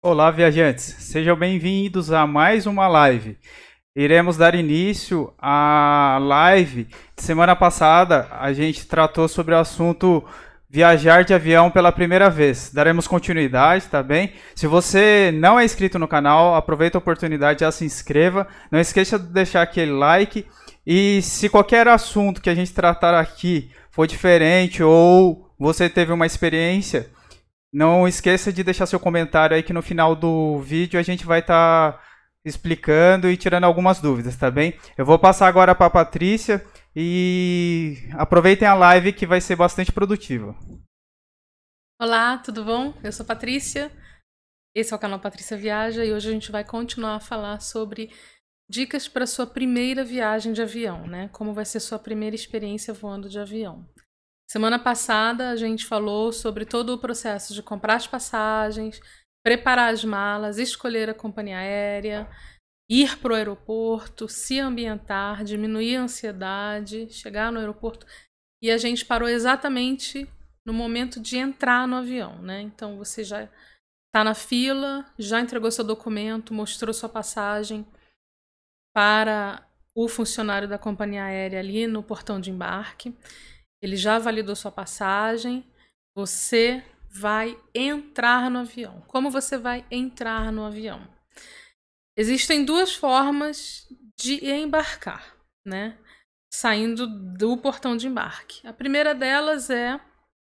Olá, viajantes! Sejam bem-vindos a mais uma live. Iremos dar início à live de semana passada. A gente tratou sobre o assunto viajar de avião pela primeira vez. Daremos continuidade, tá bem? Se você não é inscrito no canal, aproveita a oportunidade, já se inscreva. Não esqueça de deixar aquele like. E se qualquer assunto que a gente tratar aqui for diferente ou você teve uma experiência, não esqueça de deixar seu comentário aí que no final do vídeo a gente vai estar explicando e tirando algumas dúvidas, tá bem? Eu vou passar agora para a Patrícia e aproveitem a live que vai ser bastante produtiva. Olá, tudo bom? Eu sou Patrícia, esse é o canal Patrícia Viaja e hoje a gente vai continuar a falar sobre dicas para sua primeira viagem de avião, né? Como vai ser sua primeira experiência voando de avião. Semana passada a gente falou sobre todo o processo de comprar as passagens, preparar as malas, escolher a companhia aérea, ir para o aeroporto, se ambientar, diminuir a ansiedade, chegar no aeroporto. E a gente parou exatamente no momento de entrar no avião, né? Então você já está na fila, já entregou seu documento, mostrou sua passagem para o funcionário da companhia aérea ali no portão de embarque. Ele já validou sua passagem, você vai entrar no avião. Como você vai entrar no avião? Existem duas formas de embarcar, né? Saindo do portão de embarque. A primeira delas é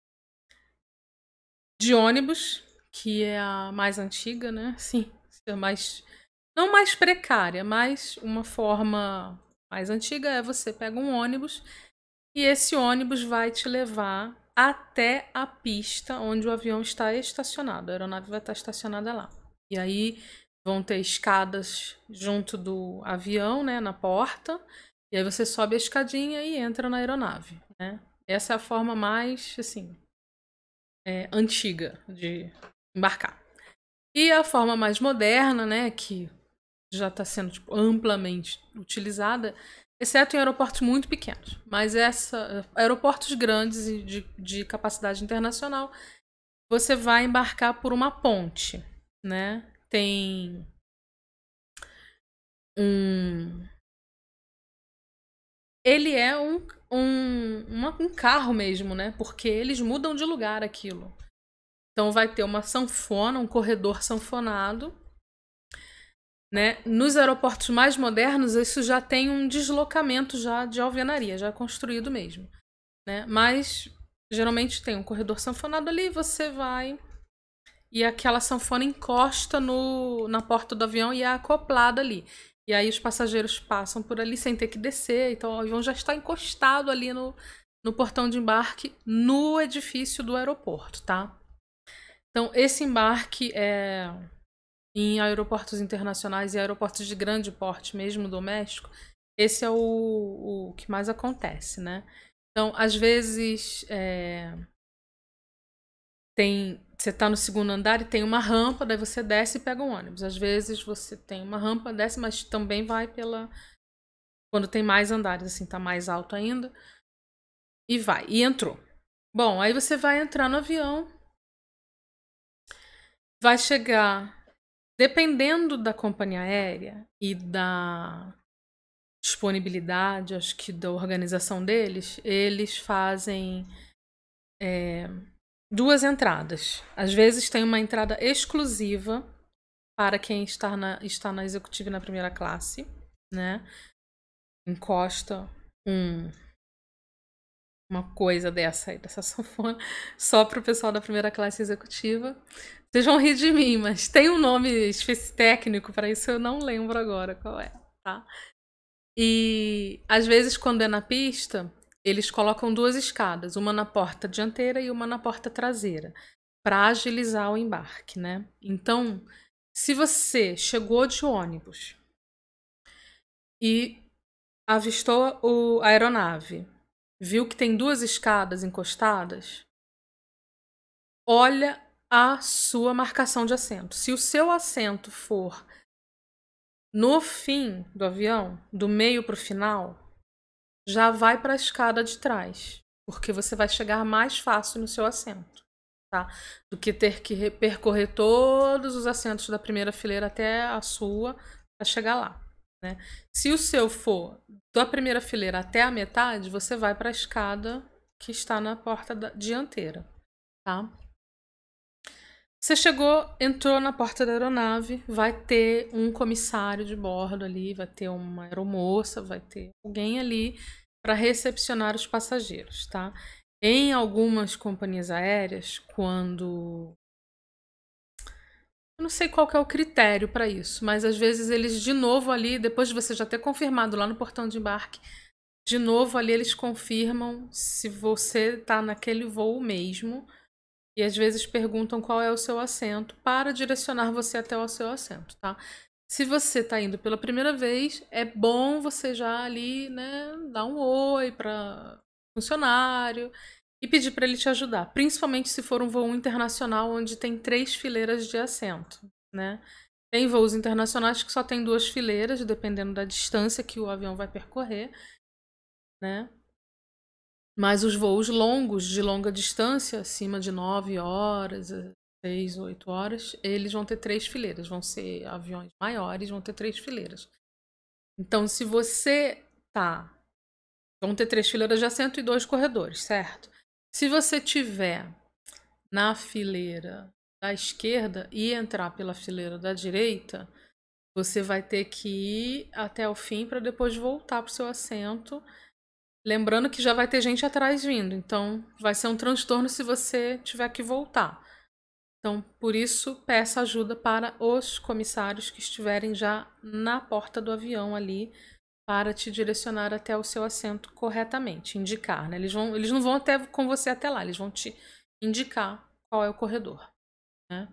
de ônibus, que é a mais antiga, né? Sim, é mais, não mais precária, mas uma forma mais antiga é você pega um ônibus e esse ônibus vai te levar até a pista onde o avião está estacionado. A aeronave vai estar estacionada lá. E aí vão ter escadas junto do avião, né, na porta. E aí você sobe a escadinha e entra na aeronave, né? Essa é a forma mais, assim, antiga de embarcar. E a forma mais moderna, né, que já está sendo tipo, amplamente utilizada, exceto em aeroportos muito pequenos. Mas aeroportos grandes e de capacidade internacional, você vai embarcar por uma ponte, né? Tem um... Ele é um carro mesmo, né? Porque eles mudam de lugar aquilo. Então vai ter uma sanfona, um corredor sanfonado, né? Nos aeroportos mais modernos, isso já tem um deslocamento já de alvenaria, já construído mesmo, né? Mas geralmente tem um corredor sanfonado ali, você vai e aquela sanfona encosta na porta do avião e é acoplada ali. E aí os passageiros passam por ali sem ter que descer, então o avião já está encostado ali no portão de embarque no edifício do aeroporto, tá? Então esse embarque é em aeroportos internacionais e aeroportos de grande porte, mesmo doméstico, esse é o que mais acontece, né? Então, às vezes, você está no segundo andar e tem uma rampa, daí você desce e pega um ônibus. Às vezes você tem uma rampa, desce, mas também vai quando tem mais andares, assim, tá mais alto ainda. E vai, e entrou. Bom, aí você vai entrar no avião, vai chegar, dependendo da companhia aérea e da disponibilidade, acho que da organização deles, eles fazem duas entradas. Às vezes tem uma entrada exclusiva para quem está na executiva e na primeira classe, né? Encosta uma coisa dessa aí, dessa sanfona, só para o pessoal da primeira classe executiva. Vocês vão rir de mim, mas tem um nome técnico para isso, eu não lembro agora qual é, tá? E às vezes, quando é na pista, eles colocam duas escadas, uma na porta dianteira e uma na porta traseira, para agilizar o embarque, né? Então, se você chegou de ônibus e avistou a aeronave, viu que tem duas escadas encostadas, olha a sua marcação de assento. Se o seu assento for no fim do avião, do meio para o final, já vai para a escada de trás, porque você vai chegar mais fácil no seu assento, tá? Do que ter que percorrer todos os assentos da primeira fileira até a sua para chegar lá, né? Se o seu for da primeira fileira até a metade, você vai para a escada que está na porta dianteira, tá? Você chegou, entrou na porta da aeronave, vai ter um comissário de bordo ali, vai ter uma aeromoça, vai ter alguém ali para recepcionar os passageiros, tá? Em algumas companhias aéreas, quando... Eu não sei qual que é o critério para isso, mas às vezes eles de novo ali, depois de você já ter confirmado lá no portão de embarque, de novo ali eles confirmam se você está naquele voo mesmo. E às vezes perguntam qual é o seu assento para direcionar você até o seu assento, tá? Se você está indo pela primeira vez, é bom você já ali, né, dar um oi para funcionário e pedir para ele te ajudar, principalmente se for um voo internacional onde tem 3 fileiras de assento, né? Tem voos internacionais que só tem 2 fileiras, dependendo da distância que o avião vai percorrer, né? Mas os voos longos, de longa distância, acima de 9 horas, 6, 8 horas, eles vão ter 3 fileiras. Vão ser aviões maiores, vão ter 3 fileiras. Então, se você tá... Vão ter 3 fileiras de assento e 2 corredores, certo? Se você tiver na fileira da esquerda e entrar pela fileira da direita, você vai ter que ir até o fim para depois voltar para o seu assento. Lembrando que já vai ter gente atrás vindo, então vai ser um transtorno se você tiver que voltar. Então, por isso, peça ajuda para os comissários que estiverem já na porta do avião ali para te direcionar até o seu assento corretamente, indicar, né? Eles não vão até com você até lá, eles vão te indicar qual é o corredor, né?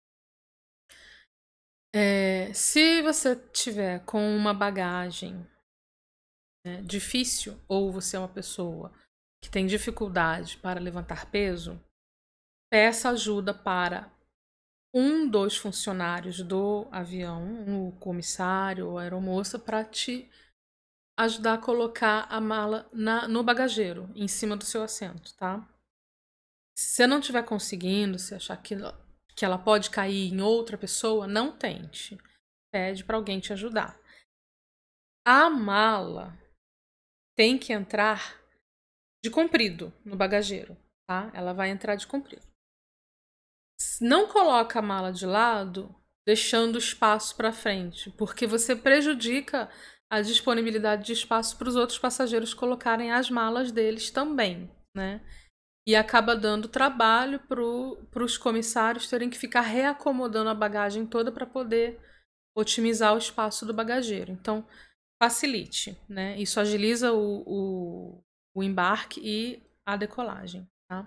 Se você tiver com uma bagagem, né, difícil, ou você é uma pessoa que tem dificuldade para levantar peso, peça ajuda para um dos funcionários do avião, o comissário ou a aeromoça, para te ajudar a colocar a mala no bagageiro, em cima do seu assento, tá? Se você não estiver conseguindo, se achar que ela pode cair em outra pessoa, não tente. Pede para alguém te ajudar. A mala tem que entrar de comprido no bagageiro, tá? Ela vai entrar de comprido. Não coloca a mala de lado, deixando espaço para frente, porque você prejudica a disponibilidade de espaço para os outros passageiros colocarem as malas deles também, né? E acaba dando trabalho para os comissários terem que ficar reacomodando a bagagem toda para poder otimizar o espaço do bagageiro. Então, facilite, né? Isso agiliza o embarque e a decolagem, tá?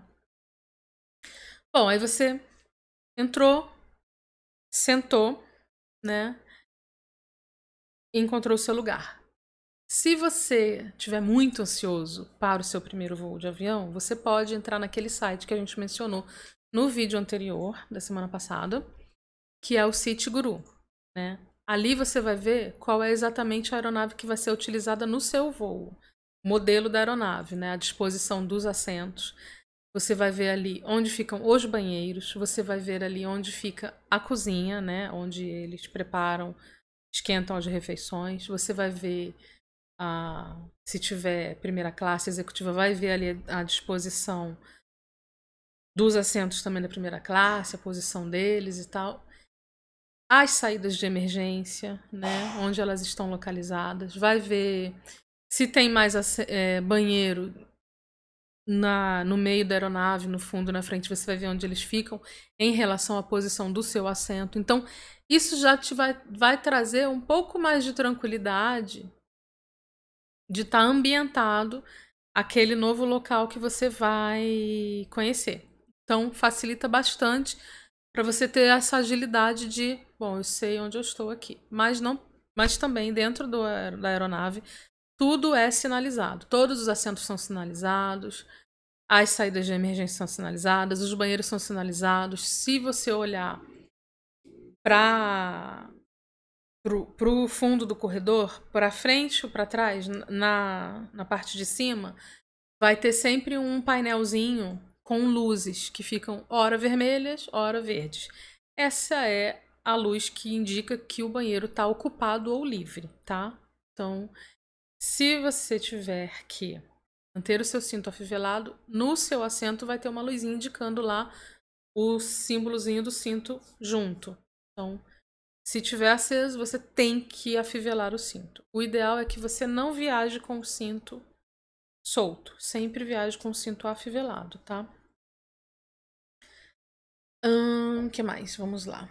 Bom, aí você entrou, sentou, né? E encontrou o seu lugar. Se você estiver muito ansioso para o seu primeiro voo de avião, você pode entrar naquele site que a gente mencionou no vídeo anterior, da semana passada, que é o SeatGuru, né? Ali você vai ver qual é exatamente a aeronave que vai ser utilizada no seu voo. O modelo da aeronave, né? A disposição dos assentos. Você vai ver ali onde ficam os banheiros. Você vai ver ali onde fica a cozinha, né? Onde eles preparam, esquentam as refeições. Você vai ver, se tiver primeira classe, executiva, vai ver ali a disposição dos assentos também da primeira classe, a posição deles e tal. As saídas de emergência, né, onde elas estão localizadas. Vai ver se tem mais banheiro no meio da aeronave, no fundo, na frente. Você vai ver onde eles ficam em relação à posição do seu assento. Então, isso já vai trazer um pouco mais de tranquilidade de estar ambientado aquele novo local que você vai conhecer. Então, facilita bastante para você ter essa agilidade de, bom, eu sei onde eu estou aqui, mas também dentro da aeronave tudo é sinalizado. Todos os assentos são sinalizados, as saídas de emergência são sinalizadas, os banheiros são sinalizados. Se você olhar para o fundo do corredor, para frente ou para trás, na parte de cima, vai ter sempre um painelzinho com luzes que ficam ora vermelhas, ora verdes. Essa é a luz que indica que o banheiro está ocupado ou livre, tá? Então, se você tiver que manter o seu cinto afivelado, no seu assento vai ter uma luzinha indicando lá o símbolozinho do cinto junto. Então, se tiver aceso, você tem que afivelar o cinto. O ideal é que você não viaje com o cinto solto. Sempre viaje com o cinto afivelado, tá? Que mais? Vamos lá.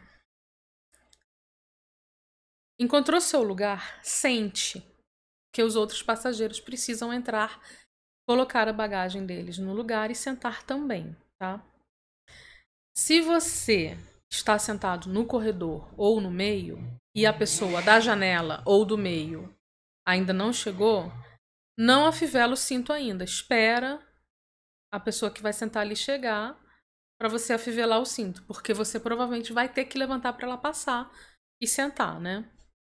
Encontrou seu lugar? Sente que os outros passageiros precisam entrar, colocar a bagagem deles no lugar e sentar também, tá? Se você está sentado no corredor ou no meio e a pessoa da janela ou do meio ainda não chegou, não afivela o cinto ainda. Espera a pessoa que vai sentar ali chegar para você afivelar o cinto, porque você provavelmente vai ter que levantar para ela passar e sentar, né?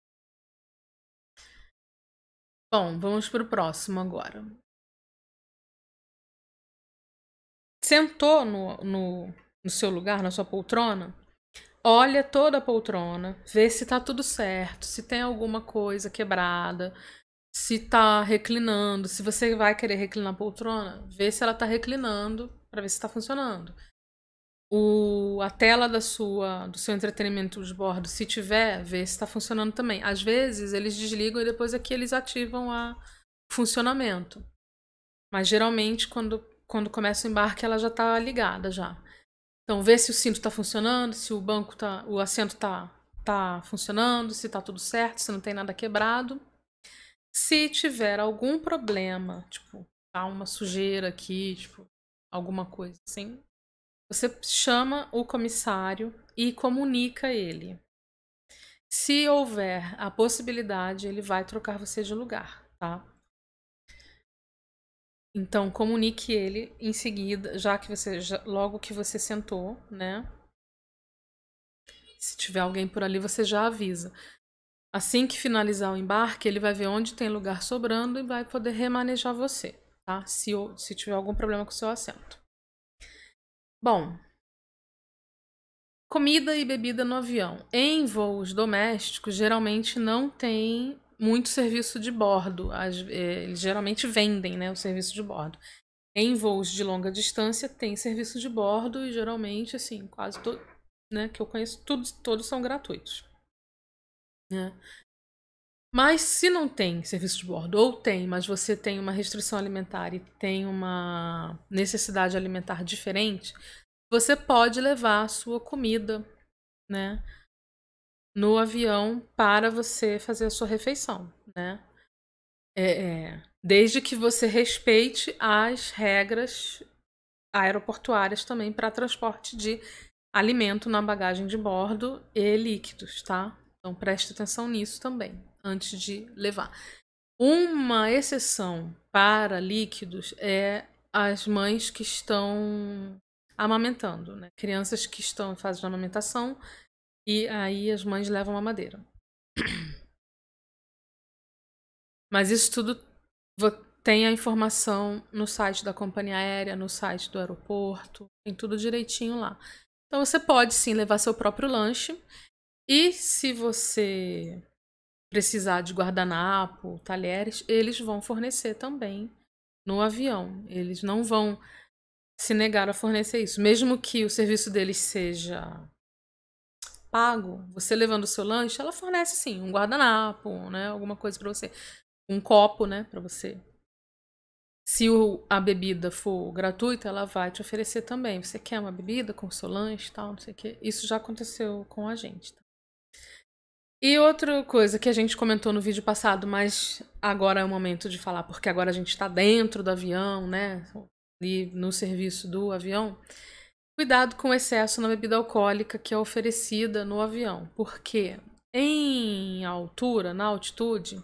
Bom, vamos para o próximo agora. Sentou no seu lugar, na sua poltrona, olha toda a poltrona, vê se tá tudo certo, se tem alguma coisa quebrada, se tá reclinando, se você vai querer reclinar a poltrona, vê se ela tá reclinando para ver se tá funcionando. A tela do seu entretenimento de bordo, se tiver, vê se está funcionando também. Às vezes eles desligam e depois aqui eles ativam o funcionamento. Mas geralmente quando começa o embarque ela já está ligada já. Então vê se o cinto está funcionando, se o assento tá funcionando, se está tudo certo, se não tem nada quebrado. Se tiver algum problema, tipo, tá uma sujeira aqui, tipo, alguma coisa assim, você chama o comissário e comunica ele. Se houver a possibilidade, ele vai trocar você de lugar, tá? Então, comunique ele em seguida, logo que você sentou, né? Se tiver alguém por ali, você já avisa. Assim que finalizar o embarque, ele vai ver onde tem lugar sobrando e vai poder remanejar você, tá? Se tiver algum problema com o seu assento. Bom, comida e bebida no avião. Em voos domésticos, geralmente não tem muito serviço de bordo. Eles geralmente vendem, né, o serviço de bordo. Em voos de longa distância tem serviço de bordo e geralmente, assim, quase todos, né, que eu conheço, todos são gratuitos. Né? Mas se não tem serviço de bordo, ou tem, mas você tem uma restrição alimentar e tem uma necessidade alimentar diferente, você pode levar a sua comida, né, no avião para você fazer a sua refeição, né? Desde que você respeite as regras aeroportuárias também para transporte de alimento na bagagem de bordo e líquidos, tá? Então preste atenção nisso também, antes de levar. Uma exceção para líquidos é as mães que estão amamentando, né? Crianças que estão em fase de amamentação e aí as mães levam mamadeira. Mas isso tudo tem a informação no site da companhia aérea, no site do aeroporto, tem tudo direitinho lá. Então você pode sim levar seu próprio lanche e se você precisar de guardanapo, talheres, eles vão fornecer também no avião. Eles não vão se negar a fornecer isso. Mesmo que o serviço deles seja pago, você levando o seu lanche, ela fornece sim um guardanapo, né, alguma coisa para você, um copo, né, para você. Se a bebida for gratuita, ela vai te oferecer também. Você quer uma bebida com o seu lanche, tal, não sei o quê. Isso já aconteceu com a gente. Tá? E outra coisa que a gente comentou no vídeo passado, mas agora é o momento de falar, porque agora a gente está dentro do avião, né? E no serviço do avião. Cuidado com o excesso na bebida alcoólica que é oferecida no avião. Porque em altura, na altitude,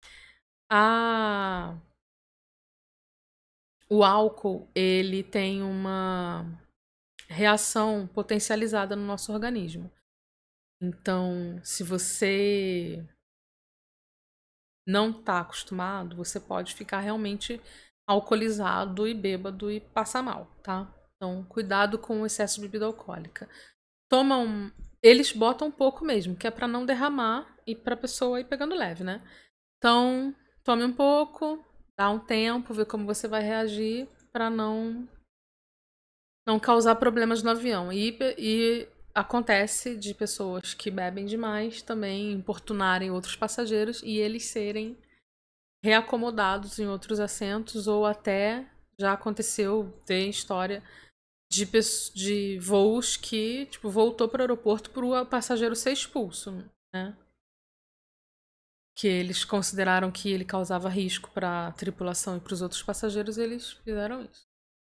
o álcool ele tem uma reação potencializada no nosso organismo. Então, se você não está acostumado, você pode ficar realmente alcoolizado e bêbado e passar mal, tá? Então, cuidado com o excesso de bebida alcoólica. Eles botam um pouco mesmo, que é para não derramar e para a pessoa ir pegando leve, né? Então, tome um pouco, dá um tempo, vê como você vai reagir para não causar problemas no avião. E acontece de pessoas que bebem demais também importunarem outros passageiros e eles serem reacomodados em outros assentos, ou até já aconteceu, tem história de voos que, tipo, voltou para o aeroporto para o passageiro ser expulso, né? Que eles consideraram que ele causava risco para a tripulação e para os outros passageiros, eles fizeram isso.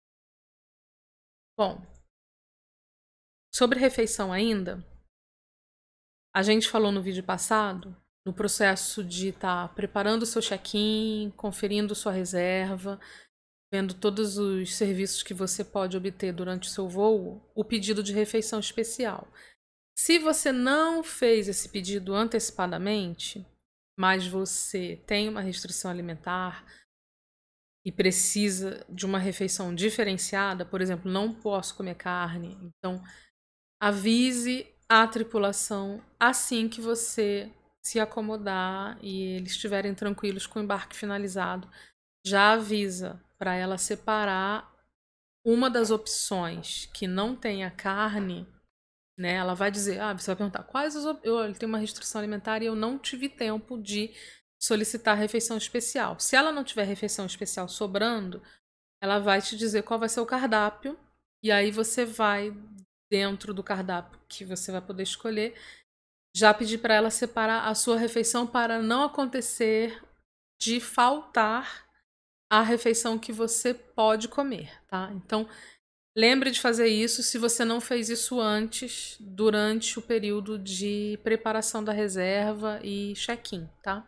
Bom, sobre refeição ainda, a gente falou no vídeo passado, no processo de estar preparando o seu check-in, conferindo sua reserva, vendo todos os serviços que você pode obter durante o seu voo, o pedido de refeição especial. Se você não fez esse pedido antecipadamente, mas você tem uma restrição alimentar e precisa de uma refeição diferenciada, por exemplo, não posso comer carne, então avise a tripulação assim que você se acomodar e eles estiverem tranquilos com o embarque finalizado. Já avisa para ela separar uma das opções que não tenha carne, né? Ela vai dizer, você vai perguntar quais eu tenho uma restrição alimentar e eu não tive tempo de solicitar refeição especial. Se ela não tiver refeição especial sobrando, ela vai te dizer qual vai ser o cardápio e aí você vai dentro do cardápio que você vai poder escolher, já pedir para ela separar a sua refeição para não acontecer de faltar a refeição que você pode comer, tá? Então, lembre de fazer isso se você não fez isso antes, durante o período de preparação da reserva e check-in, tá?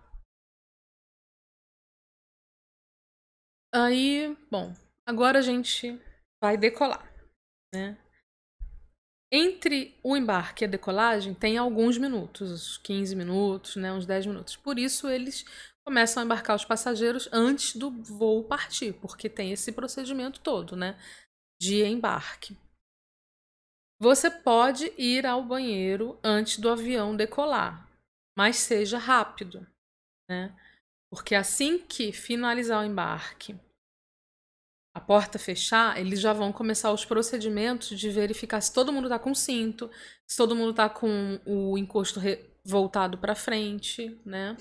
Aí, bom, agora a gente vai decolar, né? Entre o embarque e a decolagem tem alguns minutos, uns 15 minutos, né, uns 10 minutos. Por isso eles começam a embarcar os passageiros antes do voo partir, porque tem esse procedimento todo, né, de embarque. Você pode ir ao banheiro antes do avião decolar, mas seja rápido, né? Porque assim que finalizar o embarque, a porta fechar, eles já vão começar os procedimentos de verificar se todo mundo está com cinto, se todo mundo está com o encosto voltado para frente, né?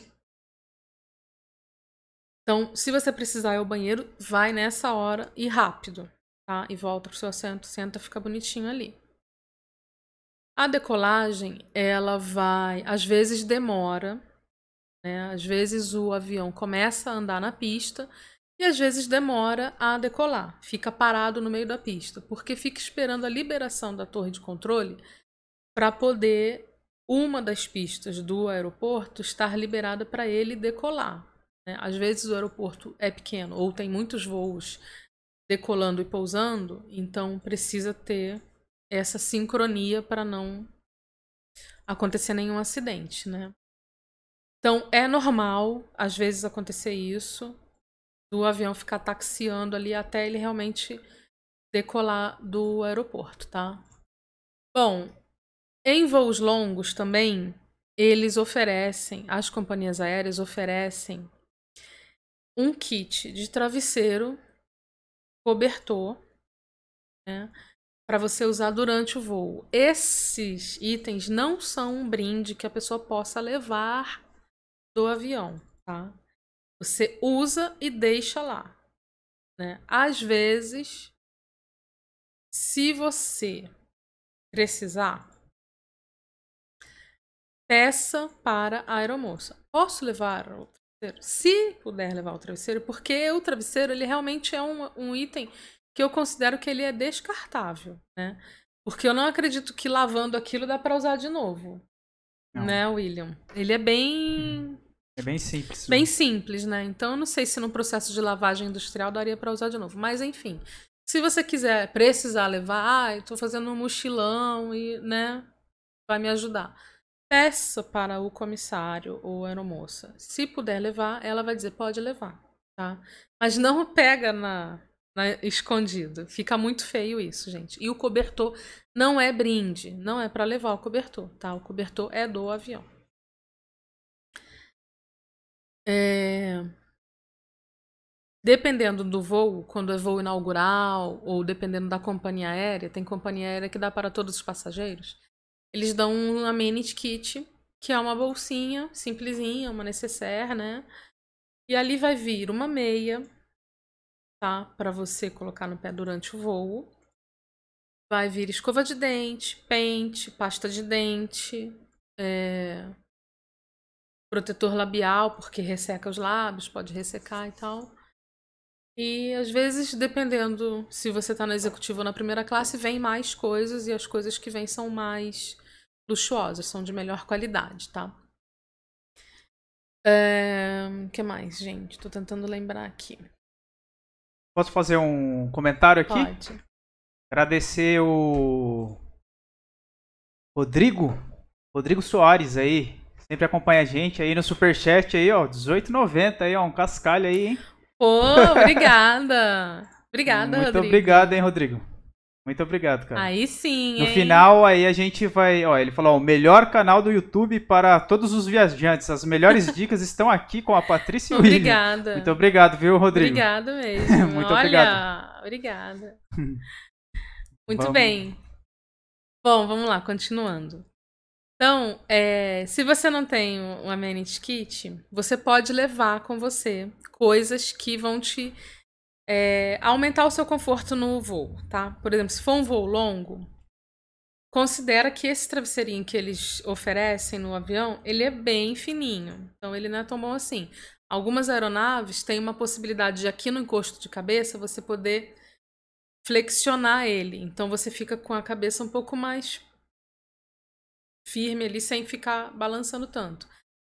Então, se você precisar ir ao banheiro, vai nessa hora e rápido, tá? E volta pro seu assento, senta, fica bonitinho ali. A decolagem, ela vai, às vezes demora, né? Às vezes o avião começa a andar na pista e às vezes demora a decolar, fica parado no meio da pista, porque fica esperando a liberação da torre de controle para poder uma das pistas do aeroporto estar liberada para ele decolar, né? Às vezes o aeroporto é pequeno ou tem muitos voos decolando e pousando, então precisa ter essa sincronia para não acontecer nenhum acidente, né? Então é normal, às vezes, acontecer isso, do avião ficar taxiando ali até ele realmente decolar do aeroporto, tá? Bom, em voos longos também, eles oferecem, as companhias aéreas oferecem um kit de travesseiro, cobertor, né, para você usar durante o voo. Esses itens não são um brinde que a pessoa possa levar do avião, tá? Você usa e deixa lá, né? Às vezes, se você precisar, peça para a aeromoça. Posso levar o travesseiro? Se puder levar o travesseiro, porque o travesseiro ele realmente é um item que eu considero que ele é descartável, né? Porque eu não acredito que lavando aquilo dá para usar de novo, Não. né, William? Ele é bem É bem simples. bem simples, né? Então eu não sei se no processo de lavagem industrial daria para usar de novo, mas enfim. Se você quiser precisar levar, eu tô fazendo um mochilão e, né, vai me ajudar. Peça para o comissário ou aeromoça. Se puder levar, ela vai dizer, pode levar, tá? Mas não pega né, escondido. Fica muito feio isso, gente. E o cobertor não é brinde, não é para levar o cobertor, tá? O cobertor é do avião. Dependendo do voo, quando é voo inaugural ou dependendo da companhia aérea, tem companhia aérea que dá para todos os passageiros, eles dão um amenity kit, que é uma bolsinha simplesinha, uma nécessaire, né? E ali vai vir uma meia, tá? Para você colocar no pé durante o voo. Vai vir escova de dente, pente, pasta de dente, protetor labial, porque resseca os lábios, pode ressecar e tal. E às vezes, dependendo se você tá na executiva ou na primeira classe, vem mais coisas e as coisas que vêm são mais luxuosas, são de melhor qualidade, tá? O que mais, gente? Tô tentando lembrar aqui. Posso fazer um comentário aqui? Pode. Agradecer o Rodrigo Soares aí, sempre acompanha a gente aí no Superchat aí, ó, 18,90 aí, ó, um cascalho aí, hein? Pô, obrigada. Obrigada, Muito Rodrigo. obrigado, hein, Rodrigo. Muito obrigado, cara. Aí sim, No hein? final, aí a gente vai... Ó, ele falou, ó, o melhor canal do YouTube para todos os viajantes. As melhores dicas estão aqui com a Patrícia e o William. Obrigada. Muito obrigado, viu, Rodrigo? Obrigada mesmo. Muito Olha, obrigado. Obrigada. Muito Vamos. bem. Bom, vamos lá, continuando. Então, se você não tem um amenity kit, você pode levar com você coisas que vão te aumentar o seu conforto no voo, tá? Por exemplo, se for um voo longo, considera que esse travesseirinho que eles oferecem no avião, ele é bem fininho. Então, ele não é tão bom assim. Algumas aeronaves têm uma possibilidade de aqui no encosto de cabeça você poder flexionar ele. Então, você fica com a cabeça um pouco mais firme ali, sem ficar balançando tanto.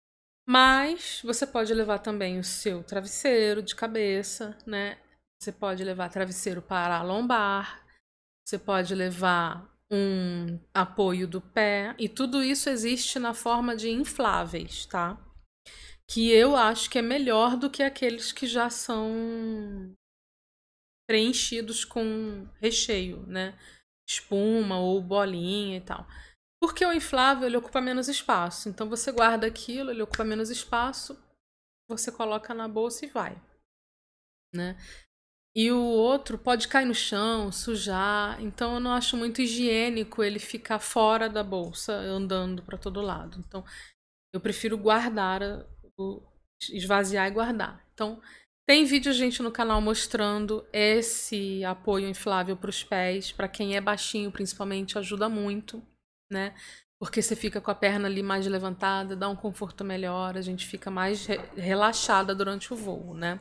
Mas você pode levar também o seu travesseiro de cabeça, né? Você pode levar travesseiro para a lombar, você pode levar um apoio do pé, e tudo isso existe na forma de infláveis, tá? Que eu acho que é melhor do que aqueles que já são preenchidos com recheio, né? Espuma ou bolinha e tal. Porque o inflável, ele ocupa menos espaço. Então, você guarda aquilo, ele ocupa menos espaço, você coloca na bolsa e vai, né? E o outro pode cair no chão, sujar. Então, eu não acho muito higiênico ele ficar fora da bolsa, andando para todo lado. Então, eu prefiro guardar, esvaziar e guardar. Então, tem vídeo, gente, no canal mostrando esse apoio inflável para os pés. Para quem é baixinho, principalmente, ajuda muito, né? Porque você fica com a perna ali mais levantada, dá um conforto melhor, a gente fica mais relaxada durante o voo, né?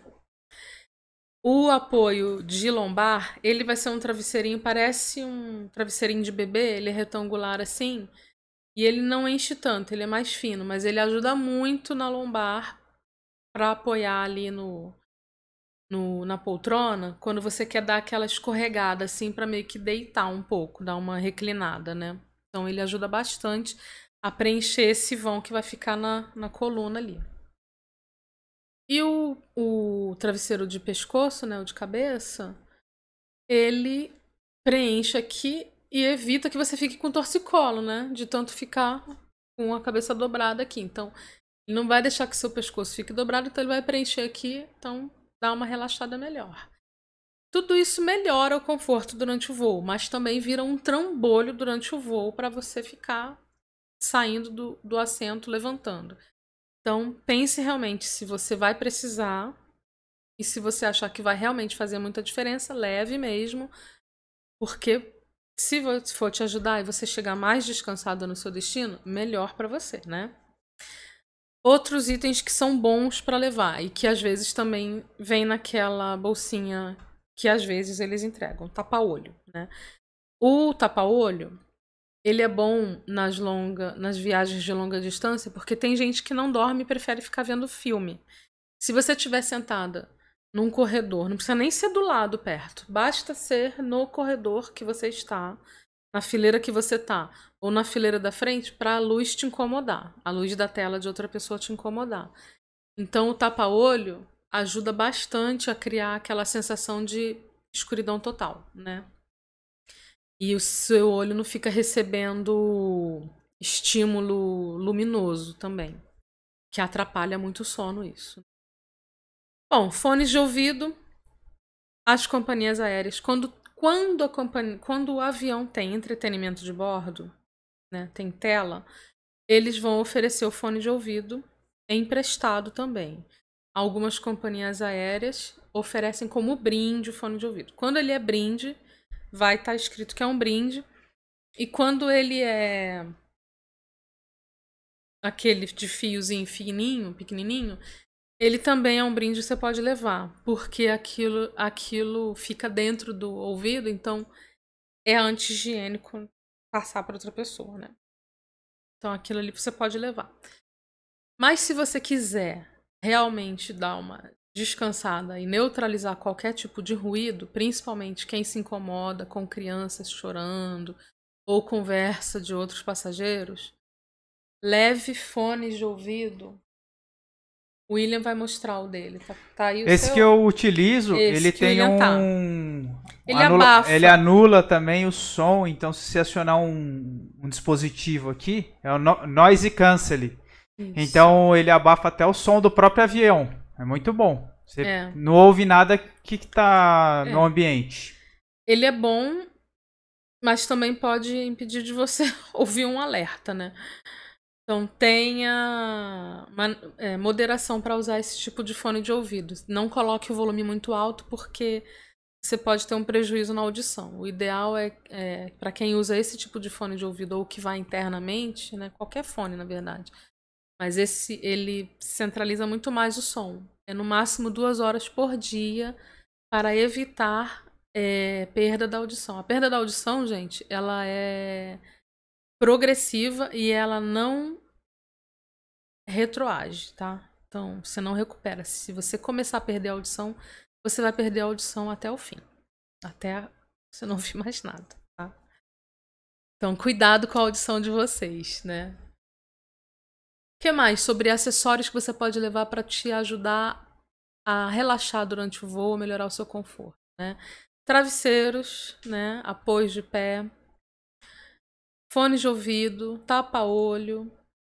O apoio de lombar, ele vai ser um travesseirinho, parece um travesseirinho de bebê, ele é retangular assim, e ele não enche tanto, ele é mais fino, mas ele ajuda muito na lombar para apoiar ali na poltrona, quando você quer dar aquela escorregada assim para meio que deitar um pouco, dar uma reclinada, né? Então, ele ajuda bastante a preencher esse vão que vai ficar na coluna ali. E o travesseiro de pescoço, né, o de cabeça, ele preenche aqui e evita que você fique com torcicolo, né? De tanto ficar com a cabeça dobrada aqui. Então, ele não vai deixar que seu pescoço fique dobrado, então ele vai preencher aqui, então dá uma relaxada melhor. Tudo isso melhora o conforto durante o voo, mas também vira um trambolho durante o voo para você ficar saindo do assento, levantando. Então, pense realmente se você vai precisar e se você achar que vai realmente fazer muita diferença, leve mesmo, porque se for te ajudar e você chegar mais descansada no seu destino, melhor para você, né? Outros itens que são bons para levar e que às vezes também vem naquela bolsinha que às vezes eles entregam, tapa-olho, né? O tapa-olho, ele é bom nas viagens de longa distância, porque tem gente que não dorme e prefere ficar vendo filme. Se você estiver sentada num corredor, não precisa nem ser do lado perto, basta ser no corredor que você está, na fileira que você está, ou na fileira da frente, para a luz te incomodar, a luz da tela de outra pessoa te incomodar. Então, o tapa-olho ajuda bastante a criar aquela sensação de escuridão total, né? E o seu olho não fica recebendo estímulo luminoso também, que atrapalha muito o sono isso. Bom, fones de ouvido, as companhias aéreas, quando o avião tem entretenimento de bordo, né, tem tela, eles vão oferecer o fone de ouvido emprestado também. Algumas companhias aéreas oferecem como brinde o fone de ouvido. Quando ele é brinde, vai estar escrito que é um brinde. E quando ele é aquele de fiozinho fininho, pequenininho, ele também é um brinde que você pode levar, porque aquilo fica dentro do ouvido, então é anti-higiênico passar para outra pessoa, né? Então aquilo ali você pode levar. Mas se você quiser realmente dar uma descansada e neutralizar qualquer tipo de ruído, principalmente quem se incomoda com crianças chorando ou conversa de outros passageiros, leve fones de ouvido. O William vai mostrar o dele. Tá aí o Esse seu? que eu utilizo, Esse ele que o tem William tá. Ele abafa. Ele anula também o som, então se você acionar um dispositivo aqui, é o Noise Cancel. Isso. Então ele abafa até o som do próprio avião. É muito bom. Você não ouve nada que está no ambiente. Ele é bom, mas também pode impedir de você ouvir um alerta, né? Então tenha moderação para usar esse tipo de fone de ouvido. Não coloque o volume muito alto porque você pode ter um prejuízo na audição. O ideal é para quem usa esse tipo de fone de ouvido ou que vai internamente, né? Qualquer fone, na verdade. Mas ele centraliza muito mais o som. É no máximo 2 horas por dia para evitar perda da audição. A perda da audição, gente, ela é progressiva e ela não retroage, tá? Então, você não recupera. Se você começar a perder a audição, você vai perder a audição até o fim. Até você não ouvir mais nada, tá? Então, cuidado com a audição de vocês, né? O que mais sobre acessórios que você pode levar para te ajudar a relaxar durante o voo, melhorar o seu conforto, né? Travesseiros, né? Apoios de pé, fones de ouvido, tapa-olho,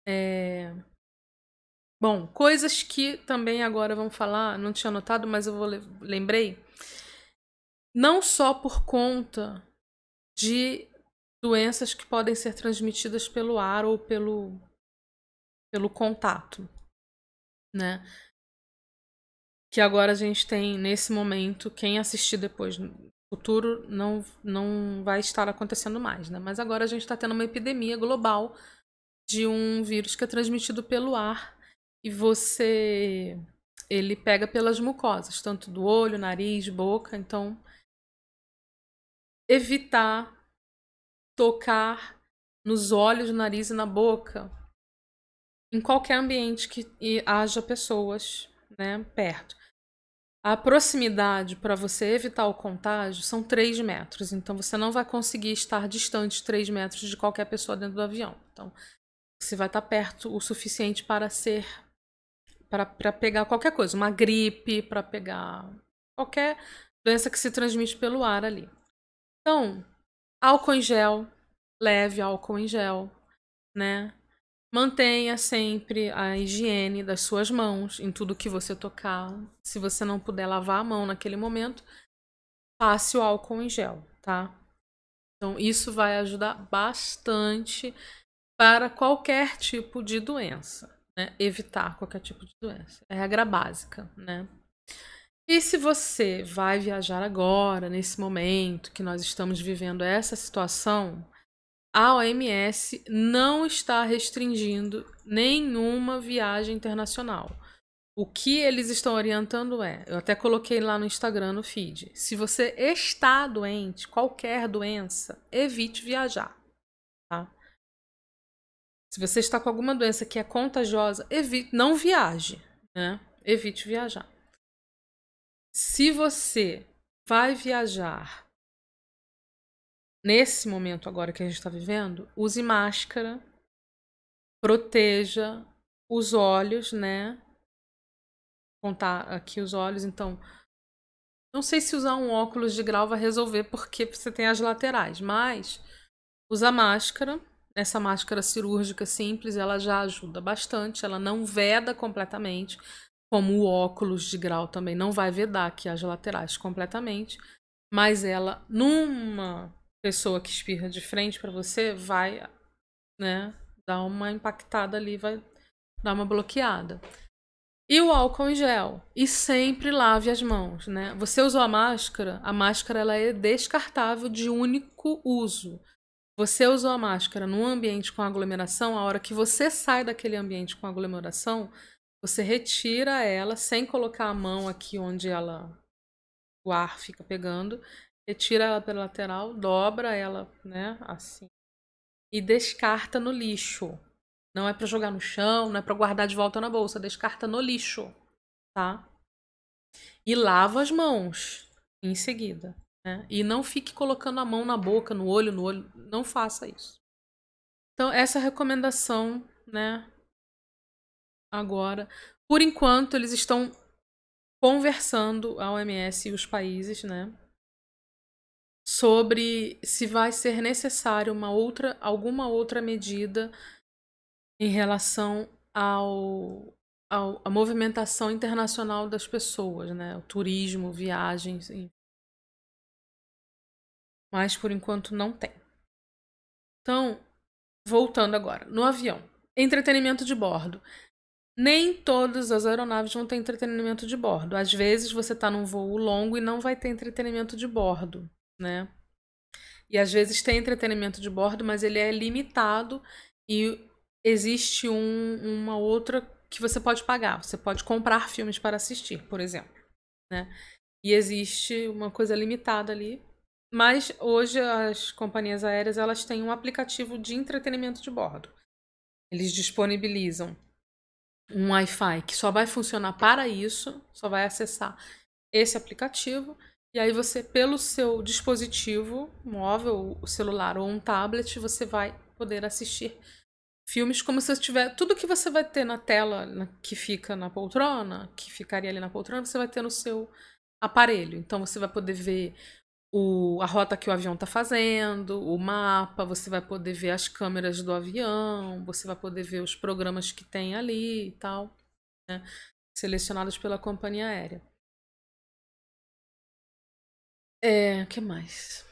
Bom, coisas que também agora vamos falar, não tinha notado, mas eu lembrei. Não só por conta de doenças que podem ser transmitidas pelo ar ou pelo contato, né? Que agora a gente tem, nesse momento, quem assistir depois no futuro não vai estar acontecendo mais, né? Mas agora a gente está tendo uma epidemia global de um vírus que é transmitido pelo ar e ele pega pelas mucosas, tanto do olho, nariz, boca. Então, evitar tocar nos olhos, no nariz e na boca em qualquer ambiente que haja pessoas, né, perto. A proximidade para você evitar o contágio são 3 metros. Então, você não vai conseguir estar distante 3 metros de qualquer pessoa dentro do avião. Então, você vai estar perto o suficiente para pegar qualquer coisa, uma gripe, para pegar qualquer doença que se transmite pelo ar ali. Então, álcool em gel, leve álcool em gel, né? Mantenha sempre a higiene das suas mãos em tudo que você tocar. Se você não puder lavar a mão naquele momento, passe o álcool em gel, tá? Então, isso vai ajudar bastante para qualquer tipo de doença. Né? Evitar qualquer tipo de doença. É regra básica, né? E se você vai viajar agora, nesse momento que nós estamos vivendo essa situação, a OMS não está restringindo nenhuma viagem internacional. O que eles estão orientando eu até coloquei lá no Instagram, no feed, se você está doente, qualquer doença, evite viajar, tá? Se você está com alguma doença que é contagiosa, não viaje, né? Evite viajar. Se você vai viajar nesse momento agora que a gente está vivendo, use máscara, proteja os olhos, né? Contar aqui os olhos, então Não sei se usar um óculos de grau vai resolver, porque você tem as laterais, mas usa máscara. Essa máscara cirúrgica simples, ela já ajuda bastante. Ela não veda completamente, como o óculos de grau também não vai vedar aqui as laterais completamente. Mas ela, numa pessoa que espirra de frente para você, vai, né, dar uma impactada ali, vai dar uma bloqueada. E o álcool em gel. E sempre lave as mãos, né? Você usou a máscara ela é descartável de único uso. Você usou a máscara num ambiente com aglomeração, a hora que você sai daquele ambiente com aglomeração, você retira ela sem colocar a mão aqui onde o ar fica pegando, retira ela pela lateral, dobra ela, né, assim, e descarta no lixo. Não é para jogar no chão, não é para guardar de volta na bolsa, descarta no lixo, tá? E lava as mãos em seguida, né? E não fique colocando a mão na boca, no olho, não faça isso. Então, essa é a recomendação, né? Agora, por enquanto, eles estão conversando, a OMS e os países, né? Sobre se vai ser necessário alguma outra medida em relação à movimentação internacional das pessoas, né? O turismo, viagens, enfim. Mas por enquanto não tem. Então, voltando agora, no avião. Entretenimento de bordo. Nem todas as aeronaves vão ter entretenimento de bordo. Às vezes você está num voo longo e não vai ter entretenimento de bordo, né? E às vezes tem entretenimento de bordo, mas ele é limitado e existe uma outra que você pode pagar. Você pode comprar filmes para assistir, por exemplo, né? E existe uma coisa limitada ali. Mas hoje as companhias aéreas elas têm um aplicativo de entretenimento de bordo. Eles disponibilizam um Wi-Fi que só vai funcionar para isso, só vai acessar esse aplicativo. E aí você, pelo seu dispositivo móvel, o celular ou um tablet, você vai poder assistir filmes como se tiver tudo que você vai ter na tela que fica na poltrona, que ficaria ali na poltrona, você vai ter no seu aparelho. Então você vai poder ver a rota que o avião está fazendo, o mapa, você vai poder ver as câmeras do avião, você vai poder ver os programas que tem ali e tal, né, selecionados pela companhia aérea. O que mais?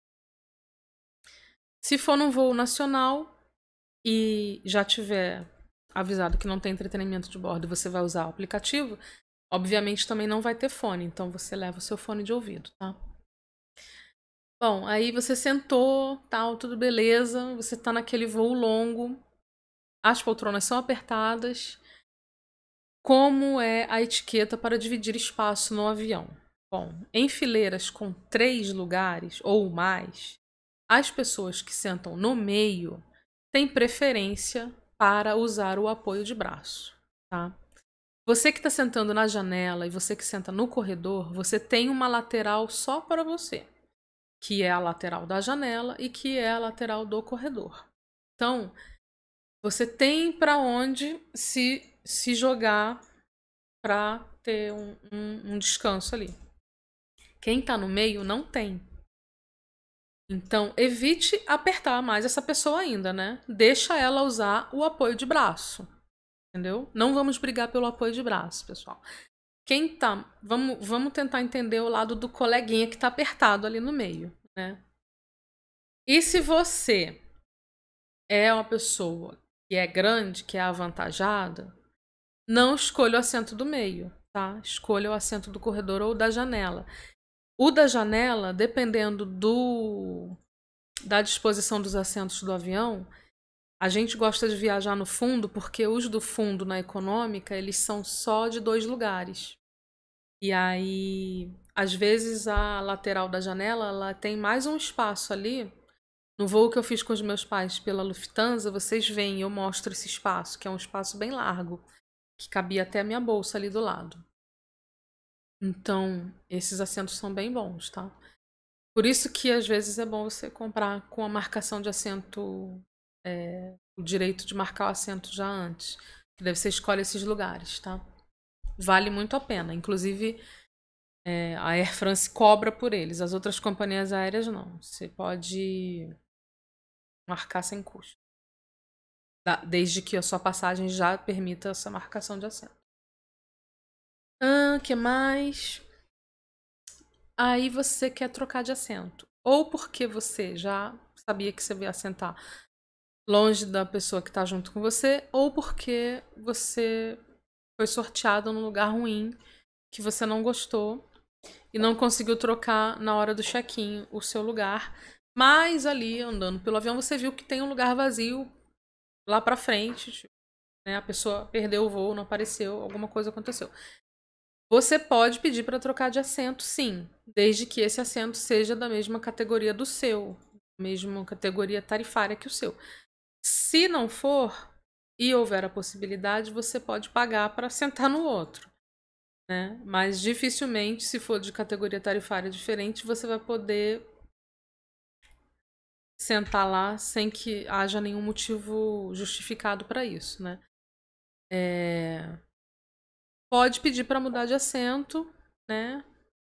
Se for num voo nacional e já tiver avisado que não tem entretenimento de bordo e você vai usar o aplicativo, obviamente também não vai ter fone, então você leva o seu fone de ouvido, tá? Bom, aí você sentou, tal, tudo beleza, você tá naquele voo longo, as poltronas são apertadas. Como é a etiqueta para dividir espaço no avião? Bom, em fileiras com 3 lugares ou mais, as pessoas que sentam no meio têm preferência para usar o apoio de braço, tá? Você que está sentando na janela e você que senta no corredor, você tem uma lateral só para você, que é a lateral da janela e que é a lateral do corredor. Então, você tem para onde se jogar para ter um descanso ali. Quem está no meio não tem. Então, evite apertar mais essa pessoa ainda, né? Deixa ela usar o apoio de braço. Entendeu? Não vamos brigar pelo apoio de braço, pessoal. Quem tá. Vamos tentar entender o lado do coleguinha que tá apertado ali no meio, né? E se você é uma pessoa que é grande, que é avantajada, não escolha o assento do meio, tá? Escolha o assento do corredor ou da janela. O da janela, dependendo da disposição dos assentos do avião, a gente gosta de viajar no fundo porque os do fundo na econômica, eles são só de 2 lugares. E aí, às vezes a lateral da janela, ela tem mais um espaço ali. No voo que eu fiz com os meus pais pela Lufthansa, vocês veem, eu mostro esse espaço, que é um espaço bem largo, que cabia até a minha bolsa ali do lado. Então, esses assentos são bem bons, tá? Por isso que às vezes é bom você comprar com a marcação de assento, o direito de marcar o assento já antes. Que daí você escolhe esses lugares, tá? Vale muito a pena. Inclusive, A Air France cobra por eles, as outras companhias aéreas não. Você pode marcar sem custo. Desde que a sua passagem já permita essa marcação de assento. Que mais? Aí você quer trocar de assento. Ou porque você já sabia que você ia assentar longe da pessoa que está junto com você, ou porque você foi sorteado num lugar ruim, que você não gostou e não conseguiu trocar na hora do check-in o seu lugar. Mas ali, andando pelo avião, você viu que tem um lugar vazio lá pra frente. Tipo, né? A pessoa perdeu o voo, não apareceu, alguma coisa aconteceu. Você pode pedir para trocar de assento, sim, desde que esse assento seja da mesma categoria do seu, mesma categoria tarifária que o seu. Se não for e houver a possibilidade, você pode pagar para sentar no outro, né? Mas dificilmente, se for de categoria tarifária diferente, você vai poder sentar lá sem que haja nenhum motivo justificado para isso, né? Pode pedir para mudar de assento, né?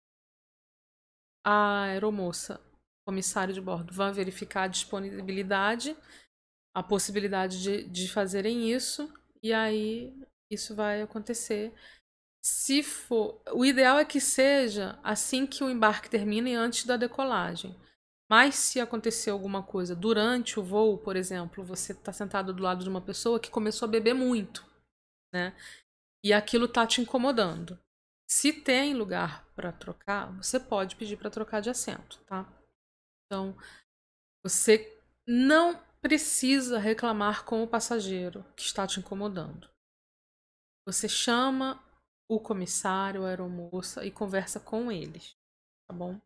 A aeromoça, comissário de bordo, vai verificar a disponibilidade, a possibilidade de fazerem isso, e aí isso vai acontecer. Se for, o ideal é que seja assim que o embarque termine, antes da decolagem. Mas se acontecer alguma coisa durante o voo, por exemplo, você está sentado do lado de uma pessoa que começou a beber muito, né? E aquilo está te incomodando. Se tem lugar para trocar, você pode pedir para trocar de assento, tá? Então, você não precisa reclamar com o passageiro que está te incomodando. Você chama o comissário, a aeromoça e conversa com eles, tá bom?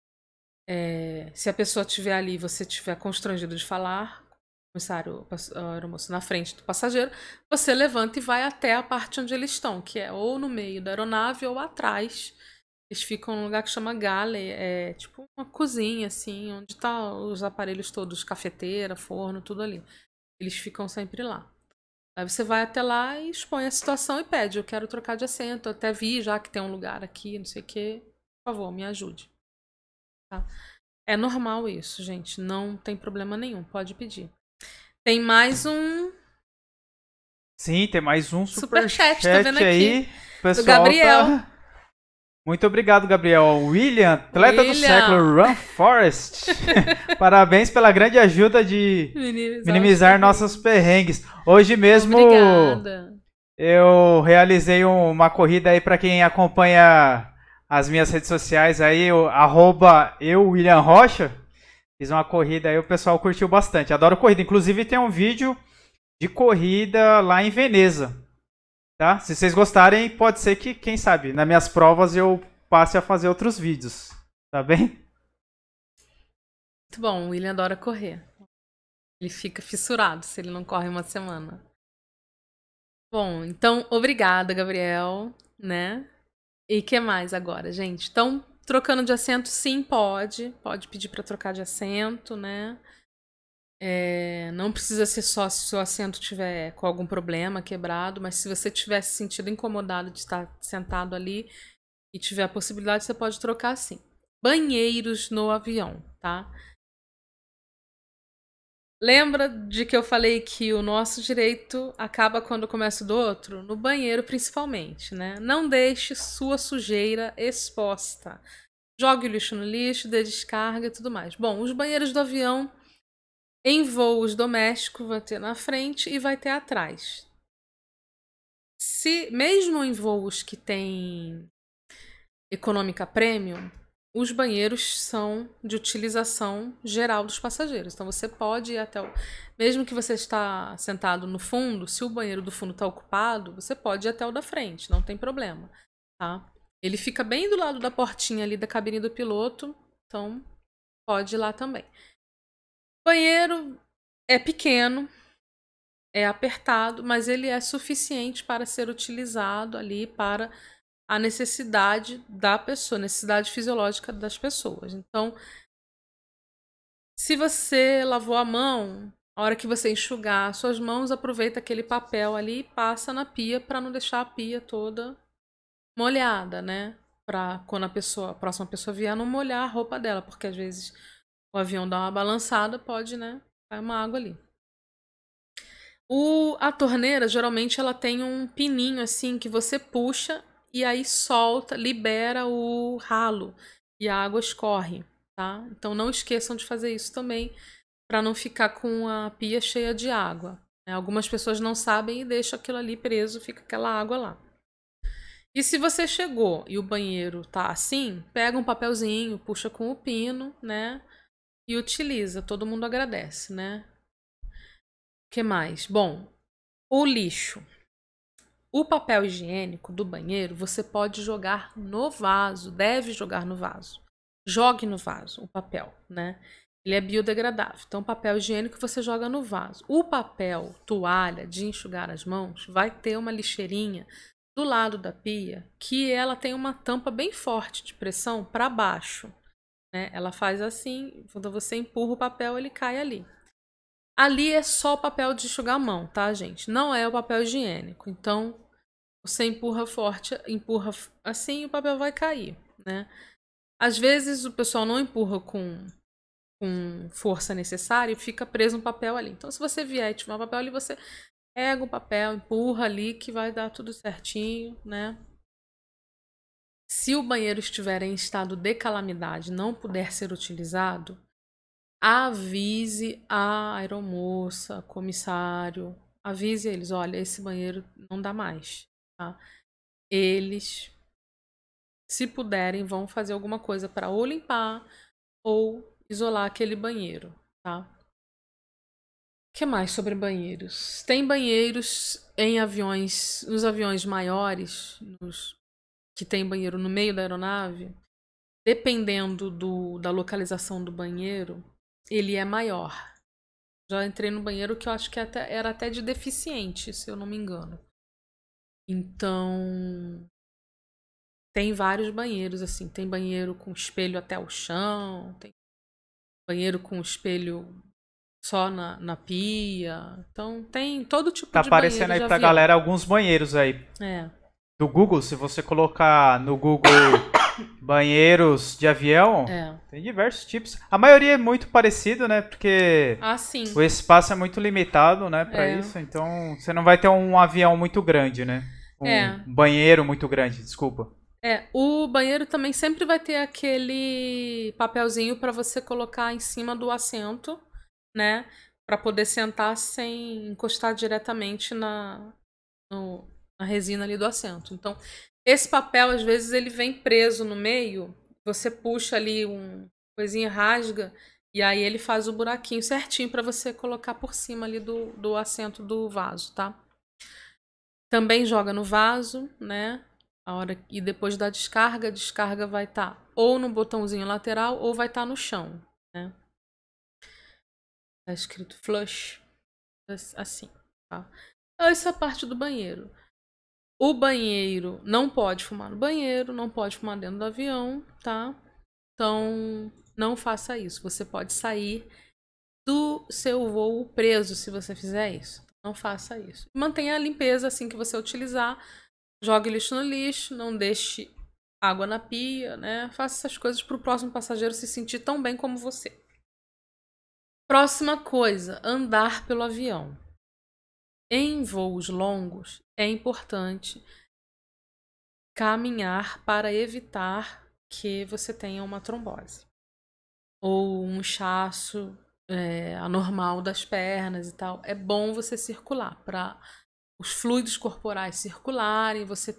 Se a pessoa estiver ali e você estiver constrangido de falar, comissário, a aeromoça na frente do passageiro, você levanta e vai até a parte onde eles estão, que é ou no meio da aeronave ou atrás. Eles ficam num lugar que chama galley, é tipo uma cozinha, assim, onde tá os aparelhos todos, cafeteira, forno, tudo ali. Eles ficam sempre lá. Aí você vai até lá e expõe a situação e pede, eu quero trocar de assento, eu até vi já que tem um lugar aqui, não sei o quê, por favor, me ajude. Tá? É normal isso, gente, não tem problema nenhum, pode pedir. Tem mais um... Sim, tem mais um superchat, superchat tô vendo aí. aqui, O pessoal do Gabriel. tá... Muito obrigado, Gabriel. William, atleta do século, Run Forest. Parabéns pela grande ajuda de minimizar nossos perrengues. Hoje mesmo Obrigada. Eu realizei uma corrida aí para quem acompanha as minhas redes sociais aí, William Rocha. Fiz uma corrida aí, o pessoal curtiu bastante. Adoro corrida. Inclusive tem um vídeo de corrida lá em Veneza. Tá? Se vocês gostarem, pode ser que, quem sabe, nas minhas provas eu passe a fazer outros vídeos. Tá bem? Muito bom, o William adora correr. Ele fica fissurado se ele não corre uma semana. Bom, então, obrigada, Gabriel, né? E o que mais agora, gente? Então, trocando de assento, sim, pode. Pode pedir para trocar de assento, né? Não precisa ser só se o seu assento tiver com algum problema, quebrado, mas se você tiver se sentido incomodado de estar sentado ali e tiver a possibilidade, você pode trocar sim. Banheiros no avião, tá? Lembra de que eu falei que o nosso direito acaba quando começa o do outro? No banheiro, principalmente, né? Não deixe sua sujeira exposta. Jogue o lixo no lixo, dê descarga e tudo mais. Bom, os banheiros do avião em voos domésticos vai ter na frente e vai ter atrás. Mesmo em voos que tem econômica premium, os banheiros são de utilização geral dos passageiros. Então você pode ir até mesmo que você está sentado no fundo, se o banheiro do fundo está ocupado, você pode ir até o da frente, não tem problema, tá? Ele fica bem do lado da portinha ali da cabine do piloto, então pode ir lá também. O banheiro é pequeno, é apertado, mas ele é suficiente para ser utilizado ali para a necessidade da pessoa, necessidade fisiológica das pessoas. Então, se você lavou a mão, a hora que você enxugar suas mãos, aproveita aquele papel ali e passa na pia para não deixar a pia toda molhada, né? para quando a próxima pessoa vier, não molhar a roupa dela, porque às vezes o avião dá uma balançada, pode, né, cair uma água ali. A torneira, geralmente, ela tem um pininho assim que você puxa e aí solta, libera o ralo e a água escorre, tá? Então não esqueçam de fazer isso também para não ficar com a pia cheia de água, né? Algumas pessoas não sabem e deixam aquilo ali preso, fica aquela água lá. E se você chegou e o banheiro tá assim, pega um papelzinho, puxa com o pino, né? E utiliza. Todo mundo agradece, né? O que mais? Bom, o lixo. O papel higiênico do banheiro você pode jogar no vaso, deve jogar no vaso. Jogue no vaso o papel, né? Ele é biodegradável. Então, papel higiênico você joga no vaso. O papel toalha de enxugar as mãos vai ter uma lixeirinha do lado da pia que ela tem uma tampa bem forte de pressão para baixo, né? Ela faz assim, quando você empurra o papel, ele cai ali. Ali é só o papel de enxugar a mão, tá, gente? Não é o papel higiênico. Então, você empurra forte, empurra assim e o papel vai cair, né? Às vezes o pessoal não empurra com força necessária e fica preso no papel ali. Então, se você vier e tiver um papel ali, você pega o papel, empurra ali que vai dar tudo certinho, né? Se o banheiro estiver em estado de calamidade e não puder ser utilizado, avise a aeromoça, comissário, avise eles, olha, esse banheiro não dá mais, tá? Eles, se puderem, vão fazer alguma coisa para ou limpar ou isolar aquele banheiro, tá? O que mais sobre banheiros? Tem banheiros em aviões, nos aviões maiores, que tem banheiro no meio da aeronave, dependendo da localização do banheiro, ele é maior. Já entrei no banheiro que eu acho que era até de deficiente, se eu não me engano. Então, tem vários banheiros, assim. Tem banheiro com espelho até o chão, tem banheiro com espelho só na pia. Então, tem todo tipo Tá de banheiro aparecendo aí de pra avião. galera alguns banheiros aí. É. Do Google, se você colocar no Google banheiros de avião, tem diversos tipos. A maioria é muito parecido, né? Porque Sim. o espaço é muito limitado, né, para isso. Então, você não vai ter um avião muito grande, né? Um banheiro muito grande, desculpa. O banheiro também sempre vai ter aquele papelzinho para você colocar em cima do assento, né? Para poder sentar sem encostar diretamente na resina ali do assento. Então, esse papel, às vezes, ele vem preso no meio, você puxa ali coisinha, rasga, e aí ele faz o buraquinho certinho para você colocar por cima ali do assento do vaso, tá? Também joga no vaso, né? E depois da descarga, a descarga vai estar ou no botãozinho lateral ou vai estar no chão, né? Tá escrito flush, assim, tá? Essa é a parte do banheiro. O banheiro, não pode fumar no banheiro, não pode fumar dentro do avião, tá? Então, não faça isso. Você pode sair do seu voo preso se você fizer isso. Não faça isso. Mantenha a limpeza assim que você utilizar. Jogue lixo no lixo, não deixe água na pia, né? Faça essas coisas para o próximo passageiro se sentir tão bem como você. Próxima coisa, andar pelo avião. Em voos longos, é importante caminhar para evitar que você tenha uma trombose ou um inchaço anormal das pernas e tal. É bom você circular para os fluidos corporais circularem, você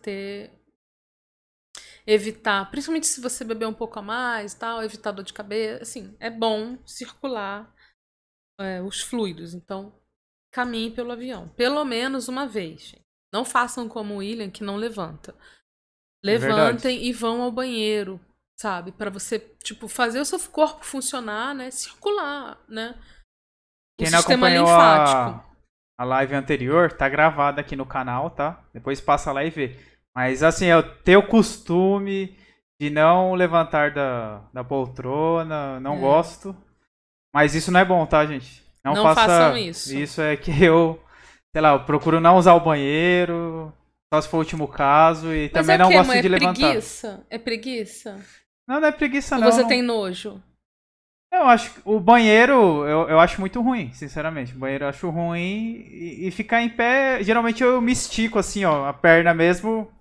evitar, principalmente se você beber um pouco a mais e tal, evitar dor de cabeça, assim, é bom circular os fluidos. Então, caminhe pelo avião, pelo menos uma vez. Não façam como o William, que não levanta. Levantem e vão ao banheiro, sabe? Para você, tipo, fazer o seu corpo funcionar, né? Circular, né? Quem não acompanhou a live anterior, tá gravada aqui no canal, tá? Depois passa lá e vê. Mas assim, eu tenho o costume de não levantar da poltrona, não gosto. Mas isso não é bom, tá, gente? Não façam isso. Isso é que eu, sei lá, eu procuro não usar o banheiro. Só se for o último caso e Mas também é o não quê, gosto mãe? de É levantar. preguiça? É preguiça? Não, não é preguiça Ou não. você Não. tem nojo? Eu acho que o banheiro eu acho muito ruim, sinceramente. O banheiro eu acho ruim e ficar em pé, geralmente eu me estico assim, ó, a perna mesmo,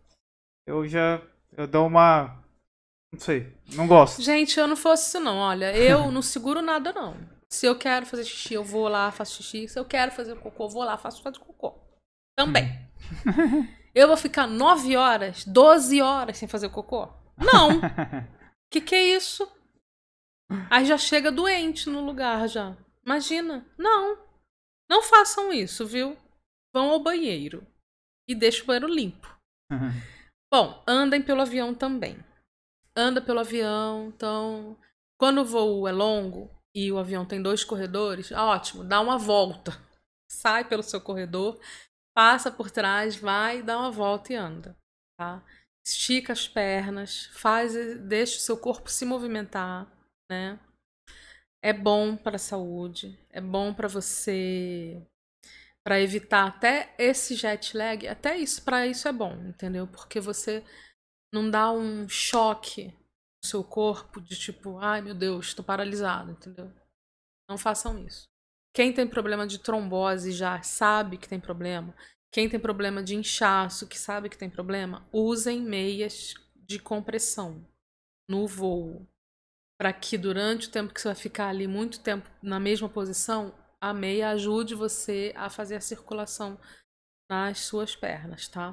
eu dou uma, não sei, não gosto. Gente, eu não fosse isso não. Olha, eu não seguro nada não. Se eu quero fazer xixi, eu vou lá, faço xixi. Se eu quero fazer cocô, eu vou lá, faço cocô. Também. Eu vou ficar 9 horas, 12 horas sem fazer cocô? Não. Que é isso? Aí já chega doente no lugar já. Imagina. Não. Não façam isso, viu? Vão ao banheiro. E deixem o banheiro limpo. Bom, andem pelo avião também. Anda pelo avião, então... Quando o voo é longo e o avião tem 2 corredores, ótimo, dá uma volta. Sai pelo seu corredor, passa por trás, vai, dá uma volta e anda, tá? Estica as pernas, deixa o seu corpo se movimentar, né? É bom para a saúde, é bom para você, para evitar até esse jet lag, até isso, para isso é bom, entendeu? Porque você não dá um choque no seu corpo de tipo, ai meu Deus, estou paralisado, entendeu? Não façam isso. Quem tem problema de trombose já sabe que tem problema. Quem tem problema de inchaço, que sabe que tem problema, usem meias de compressão no voo. Para que durante o tempo que você vai ficar ali muito tempo na mesma posição, a meia ajude você a fazer a circulação nas suas pernas, tá?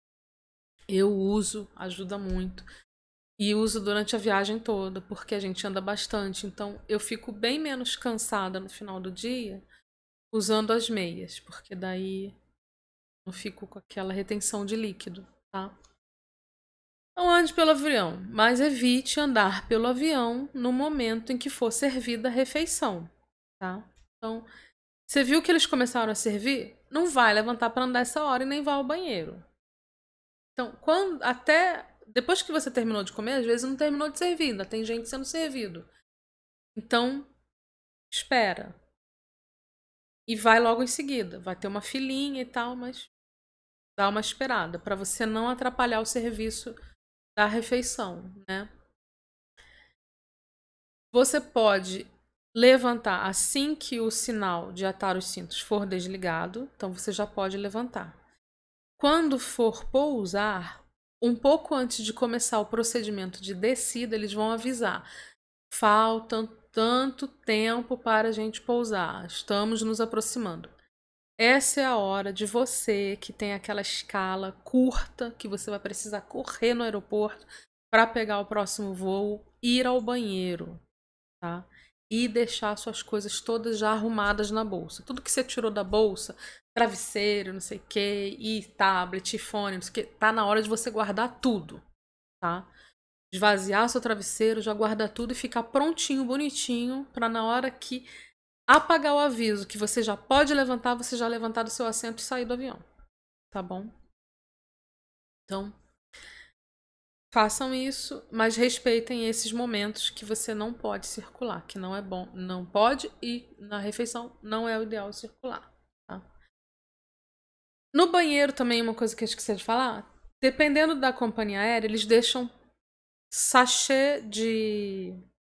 Eu uso, ajuda muito. E uso durante a viagem toda, porque a gente anda bastante. Então, eu fico bem menos cansada no final do dia usando as meias, porque daí não fico com aquela retenção de líquido, tá? Não ande pelo avião, mas evite andar pelo avião no momento em que for servida a refeição, tá? Então, você viu que eles começaram a servir? Não vai levantar para andar essa hora e nem vai ao banheiro. Então, até depois que você terminou de comer, às vezes não terminou de servir, ainda tem gente sendo servido. Então, espera. E vai logo em seguida. Vai ter uma filinha e tal, mas dá uma esperada para você não atrapalhar o serviço da refeição, né? Você pode levantar assim que o sinal de atar os cintos for desligado, então você já pode levantar. Quando for pousar, um pouco antes de começar o procedimento de descida, eles vão avisar: falta tanto tempo para a gente pousar, estamos nos aproximando. Essa é a hora de você que tem aquela escala curta que você vai precisar correr no aeroporto para pegar o próximo voo, ir ao banheiro, tá? E deixar suas coisas todas já arrumadas na bolsa. Tudo que você tirou da bolsa, travesseiro, não sei o que, e tablet, e fone, não sei o que, tá na hora de você guardar tudo, tá? Esvaziar seu travesseiro, já guardar tudo e ficar prontinho, bonitinho, para na hora que apagar o aviso que você já pode levantar, você já levantar do seu assento e sair do avião, tá bom? Então, façam isso, mas respeitem esses momentos que você não pode circular, que não é bom. Não pode e na refeição não é o ideal circular. Tá? No banheiro também, uma coisa que eu esqueci de falar. Dependendo da companhia aérea, eles deixam sachê de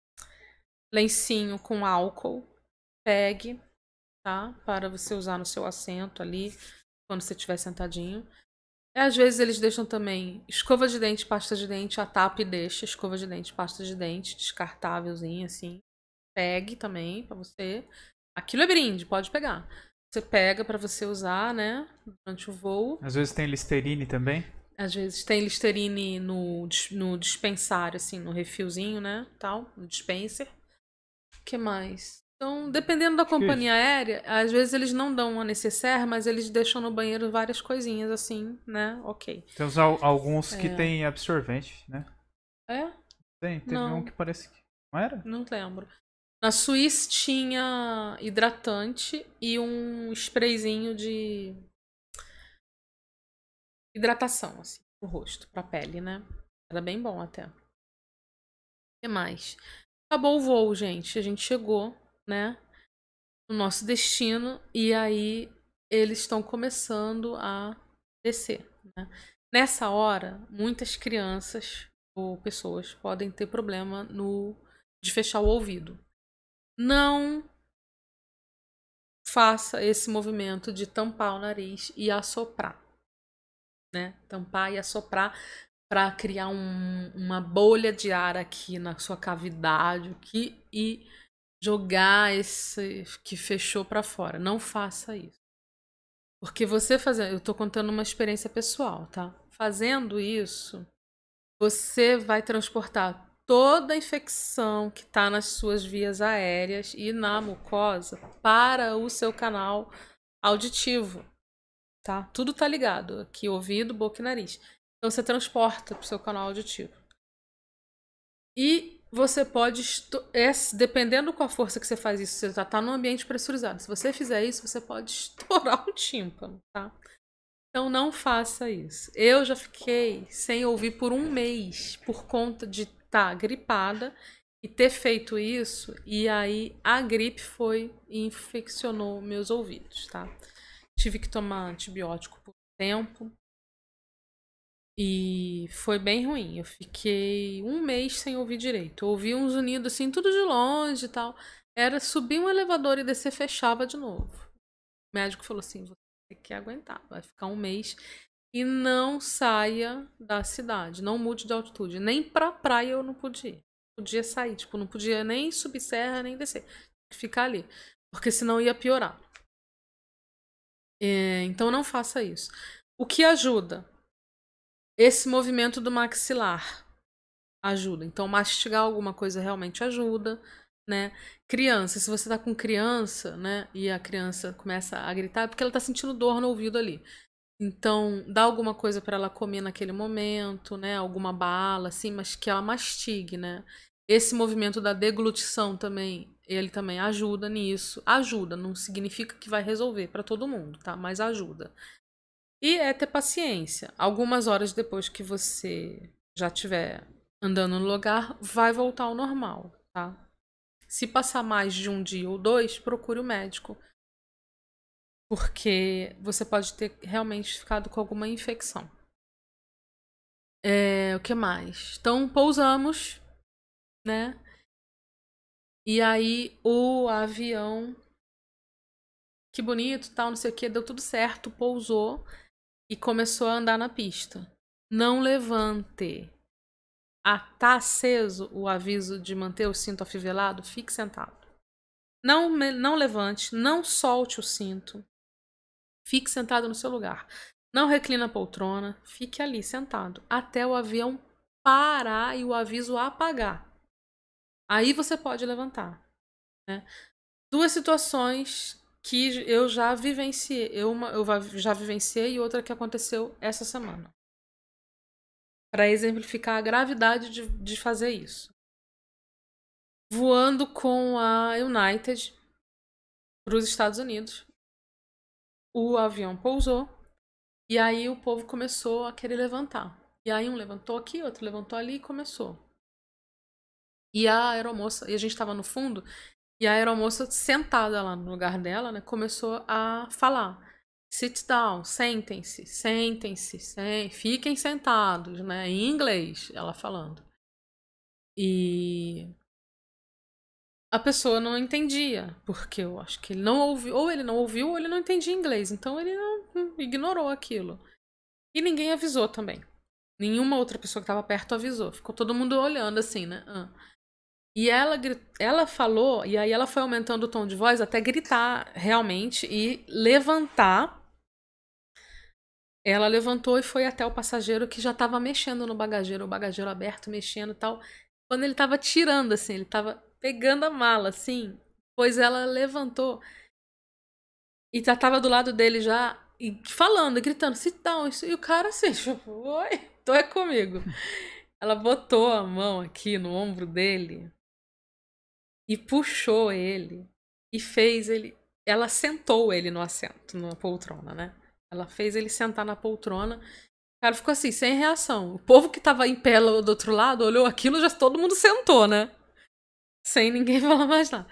lencinho com álcool. Pegue, tá? Para você usar no seu assento ali, quando você estiver sentadinho. Às vezes eles deixam também escova de dente, pasta de dente, a tapa e deixa escova de dente, pasta de dente, descartávelzinho assim. Pegue também pra você. Aquilo é brinde, pode pegar. Você pega pra você usar, né, durante o voo. Às vezes tem Listerine também. Às vezes tem Listerine no dispensário, assim, no refilzinho, né, tal, no dispenser. O que mais? Então, dependendo da companhia aérea, às vezes eles não dão uma necessaire, mas eles deixam no banheiro várias coisinhas assim, né? Ok. Tem alguns que tem absorvente, né? É? Teve um Não, que parece que. Não era? não lembro. Na Suíça tinha hidratante e um sprayzinho de hidratação, assim, pro rosto, pra pele, né? Era bem bom até. O que mais? Acabou o voo, gente. A gente chegou, né? No nosso destino. E aí eles estão começando a descer. né? Nessa hora, muitas crianças ou pessoas podem ter problema de fechar o ouvido. Não faça esse movimento de tampar o nariz e assoprar, né? Tampar e assoprar para criar uma bolha de ar aqui na sua cavidade aqui, e jogar esse que fechou para fora. Não faça isso. Porque você fazendo, eu tô contando uma experiência pessoal, tá? Fazendo isso, você vai transportar toda a infecção que está nas suas vias aéreas e na mucosa para o seu canal auditivo, tá? Tudo tá ligado aqui, ouvido, boca e nariz. Então você transporta para o seu canal auditivo. E você pode, dependendo com a força que você faz isso, você já tá num ambiente pressurizado. Se você fizer isso, você pode estourar o tímpano, tá? Então não faça isso. Eu já fiquei sem ouvir por um mês por conta de estar gripada e ter feito isso, e aí a gripe foi e infeccionou meus ouvidos, tá? Tive que tomar antibiótico por tempo e foi bem ruim. Eu fiquei um mês sem ouvir direito. Eu ouvi um zunido assim, tudo de longe e tal. Era subir um elevador e descer, fechava de novo. O médico falou assim: você tem que aguentar, vai ficar um mês e não saia da cidade, não mude de altitude. Nem pra praia eu não podia. Podia sair, tipo, não podia nem subir serra, nem descer. Ficar ali, porque senão ia piorar. Então não faça isso. O que ajuda? Esse movimento do maxilar ajuda. Então mastigar alguma coisa realmente ajuda, né? Criança, se você tá com criança, né, e a criança começa a gritar, é porque ela tá sentindo dor no ouvido ali. Então, dá alguma coisa para ela comer naquele momento, né? Alguma bala, assim, mas que ela mastigue, né? Esse movimento da deglutição também, ele também ajuda nisso. Ajuda, não significa que vai resolver para todo mundo, tá? Mas ajuda. E é ter paciência. Algumas horas depois que você já estiver andando no lugar, vai voltar ao normal, tá? Se passar mais de um dia ou dois, procure o médico, porque você pode ter realmente ficado com alguma infecção. O que mais? Então, pousamos, né? E aí, o avião, que bonito, tal, não sei o que, deu tudo certo, pousou e começou a andar na pista. Não levante. Tá aceso o aviso de manter o cinto afivelado, fique sentado. Não levante, não solte o cinto. Fique sentado no seu lugar. Não reclina a poltrona, fique ali sentado até o avião parar e o aviso apagar. Aí você pode levantar, né? Duas situações que eu já vivenciei, eu já vivenciei e outra que aconteceu essa semana. Para exemplificar a gravidade de fazer isso. Voando com a United para os Estados Unidos, o avião pousou e aí o povo começou a querer levantar. E aí um levantou aqui, outro levantou ali e começou. E a aeromoça, e a gente estava no fundo, e a aeromoça sentada lá no lugar dela, né, começou a falar: sit down, sentem-se, fiquem sentados, né, em inglês, ela falando. E a pessoa não entendia, porque eu acho que ele não ouviu, ou ele não ouviu, ou ele não entendia inglês, então ele não ignorou aquilo. E ninguém avisou também. Nenhuma outra pessoa que estava perto avisou. Ficou todo mundo olhando assim, né? E ela falou, e aí ela foi aumentando o tom de voz até gritar realmente e levantar. Ela levantou e foi até o passageiro que já estava mexendo no bagageiro, o bagageiro aberto, mexendo e tal. Quando ele estava tirando, assim, ele estava pegando a mala, assim, pois ela levantou e já estava do lado dele já, e falando, gritando, sit down. E o cara assim, tipo, oi, tô é comigo. Ela botou a mão aqui no ombro dele e puxou ele e fez ele. Ela sentou ele no assento, na poltrona, né? Ela fez ele sentar na poltrona. O cara ficou assim, sem reação. O povo que tava em pé lá do outro lado olhou aquilo, já todo mundo sentou, né? Sem ninguém falar mais nada.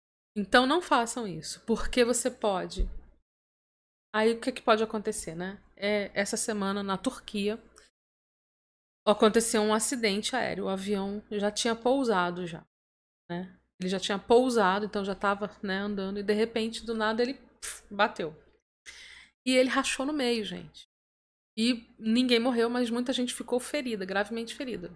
Então não façam isso, porque você pode. Aí o que pode acontecer, né? essa semana na Turquia aconteceu um acidente aéreo. O avião já tinha pousado já, né? Ele já tinha pousado, então já estava, né, andando e de repente do nada ele bateu. E ele rachou no meio, gente. E ninguém morreu, mas muita gente ficou ferida, gravemente ferida.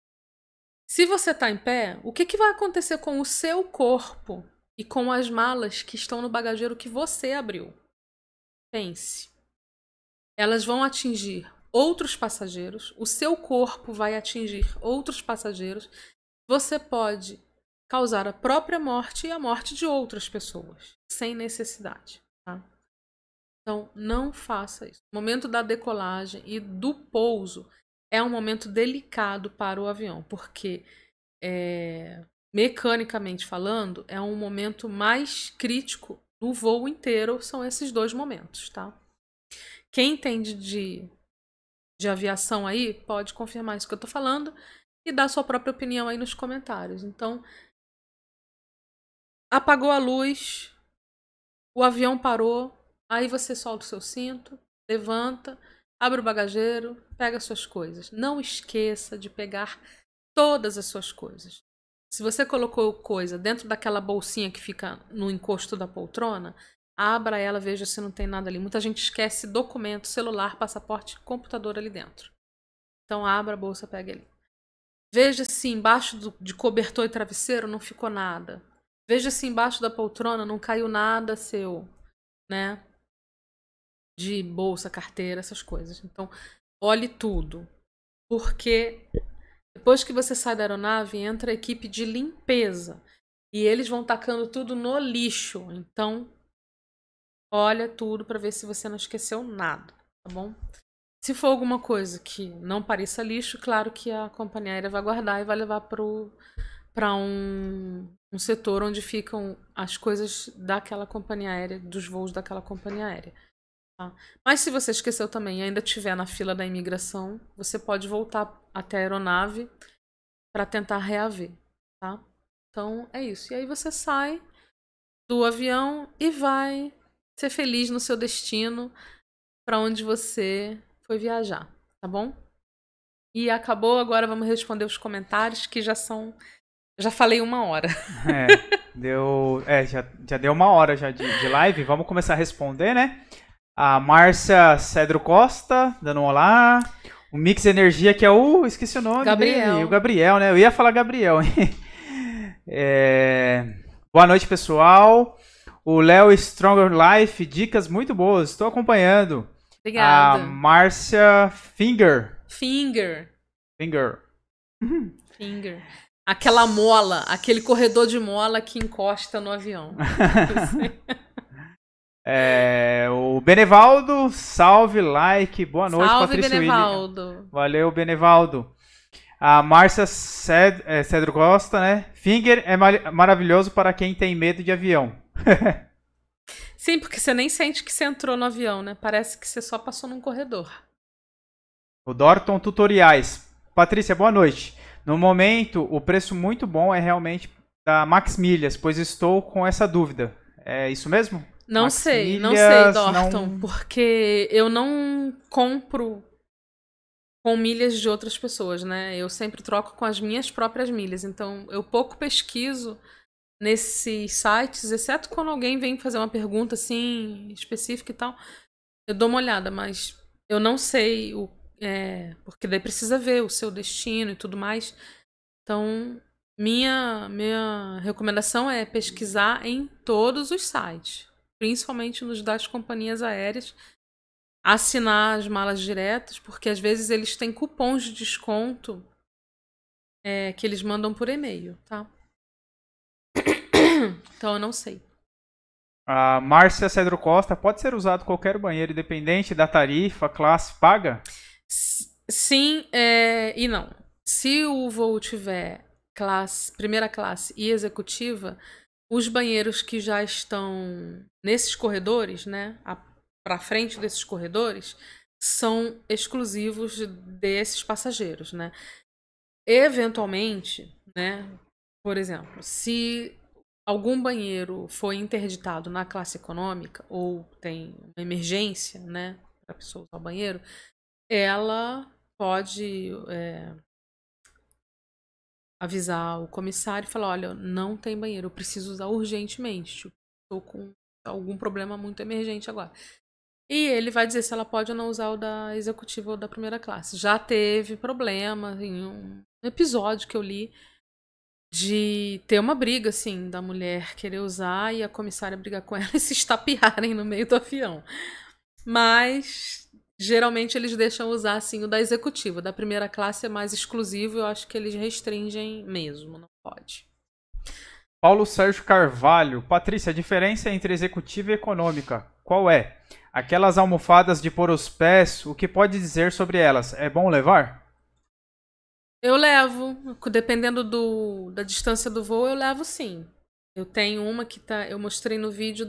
Se você está em pé, o que vai acontecer com o seu corpo e com as malas que estão no bagageiro que você abriu? Pense. Elas vão atingir outros passageiros, o seu corpo vai atingir outros passageiros. Você pode causar a própria morte e a morte de outras pessoas, sem necessidade, tá? Então, não faça isso. O momento da decolagem e do pouso é um momento delicado para o avião, porque, mecanicamente falando, é um momento mais crítico do voo inteiro, são esses 2 momentos, tá? Quem entende de aviação aí pode confirmar isso que eu tô falando e dar sua própria opinião aí nos comentários. Então, apagou a luz, o avião parou, aí você solta o seu cinto, levanta, abre o bagageiro, pega suas coisas. Não esqueça de pegar todas as suas coisas. Se você colocou coisa dentro daquela bolsinha que fica no encosto da poltrona, abra ela, veja se não tem nada ali. Muita gente esquece documento, celular, passaporte, computador ali dentro. Então abra a bolsa, pega ali. Veja se embaixo de cobertor e travesseiro não ficou nada. Veja se embaixo da poltrona não caiu nada seu, né? De bolsa, carteira, essas coisas. Então, olhe tudo. Porque depois que você sai da aeronave, entra a equipe de limpeza. E eles vão tacando tudo no lixo. Então, olha tudo para ver se você não esqueceu nada, tá bom? Se for alguma coisa que não pareça lixo, claro que a companhia aérea vai guardar e vai levar para um setor onde ficam as coisas daquela companhia aérea, dos voos daquela companhia aérea. Tá? Mas se você esqueceu também e ainda estiver na fila da imigração, você pode voltar até a aeronave para tentar reaver, tá? Então é isso. E aí você sai do avião e vai ser feliz no seu destino para onde você foi viajar, tá bom? E acabou, agora vamos responder os comentários que já são... Já falei 1 hora. Já deu 1 hora já de live. Vamos começar a responder, né? A Márcia Cedro Costa, dando um olá. O Mix Energia, que é esqueci o nome Gabriel. dele. O Gabriel, né? Eu ia falar Gabriel. Boa noite, pessoal. O Léo Stronger Life, dicas muito boas. Estou acompanhando. Obrigada. A Márcia Finger. Finger. Aquela mola, aquele corredor de mola que encosta no avião. O Benevaldo, salve, like, boa noite, salve, Patrícia Benevaldo. William. Valeu, Benevaldo. A Márcia Cedro Costa, né? Finger é maravilhoso para quem tem medo de avião. Sim, porque você nem sente que você entrou no avião, né? Parece que você só passou num corredor. O Dorton Tutoriais. Patrícia, boa noite. No momento, o preço muito bom é realmente da Max Milhas, pois estou com essa dúvida. É isso mesmo? Não sei, Dorton, porque eu não compro com milhas de outras pessoas, né? Eu sempre troco com as minhas próprias milhas, então eu pouco pesquiso nesses sites, exceto quando alguém vem fazer uma pergunta assim, específica e tal, eu dou uma olhada, mas eu não sei porque daí precisa ver o seu destino e tudo mais. Então, minha recomendação é pesquisar em todos os sites, principalmente nos das companhias aéreas, assinar as malas diretas, porque às vezes eles têm cupons de desconto que eles mandam por e-mail, tá? Então eu não sei. A Márcia Cedro Costa, pode ser usado qualquer banheiro, independente da tarifa, classe paga? Sim e não. Se o voo tiver primeira classe e executiva, os banheiros que já estão nesses corredores, né, para frente desses corredores, são exclusivos desses passageiros, né? Eventualmente, né, por exemplo, se algum banheiro foi interditado na classe econômica ou tem uma emergência, né, para a pessoa usar o banheiro, ela pode avisar o comissário e falar, olha, não tem banheiro, eu preciso usar urgentemente, tipo, estou com algum problema muito emergente agora. E ele vai dizer se ela pode ou não usar o da executiva ou da primeira classe. Já teve problema em um episódio que eu li de ter uma briga, assim, da mulher querer usar e a comissária brigar com ela e se estapearem no meio do avião. Mas geralmente eles deixam usar, assim, o da executiva. Da primeira classe é mais exclusivo, eu acho que eles restringem mesmo, não pode. Paulo Sérgio Carvalho. Patrícia, a diferença entre executiva e econômica, qual é? Aquelas almofadas de pôr os pés, o que pode dizer sobre elas? É bom levar? Eu levo, dependendo da distância do voo, eu levo sim. Eu tenho uma que eu mostrei no vídeo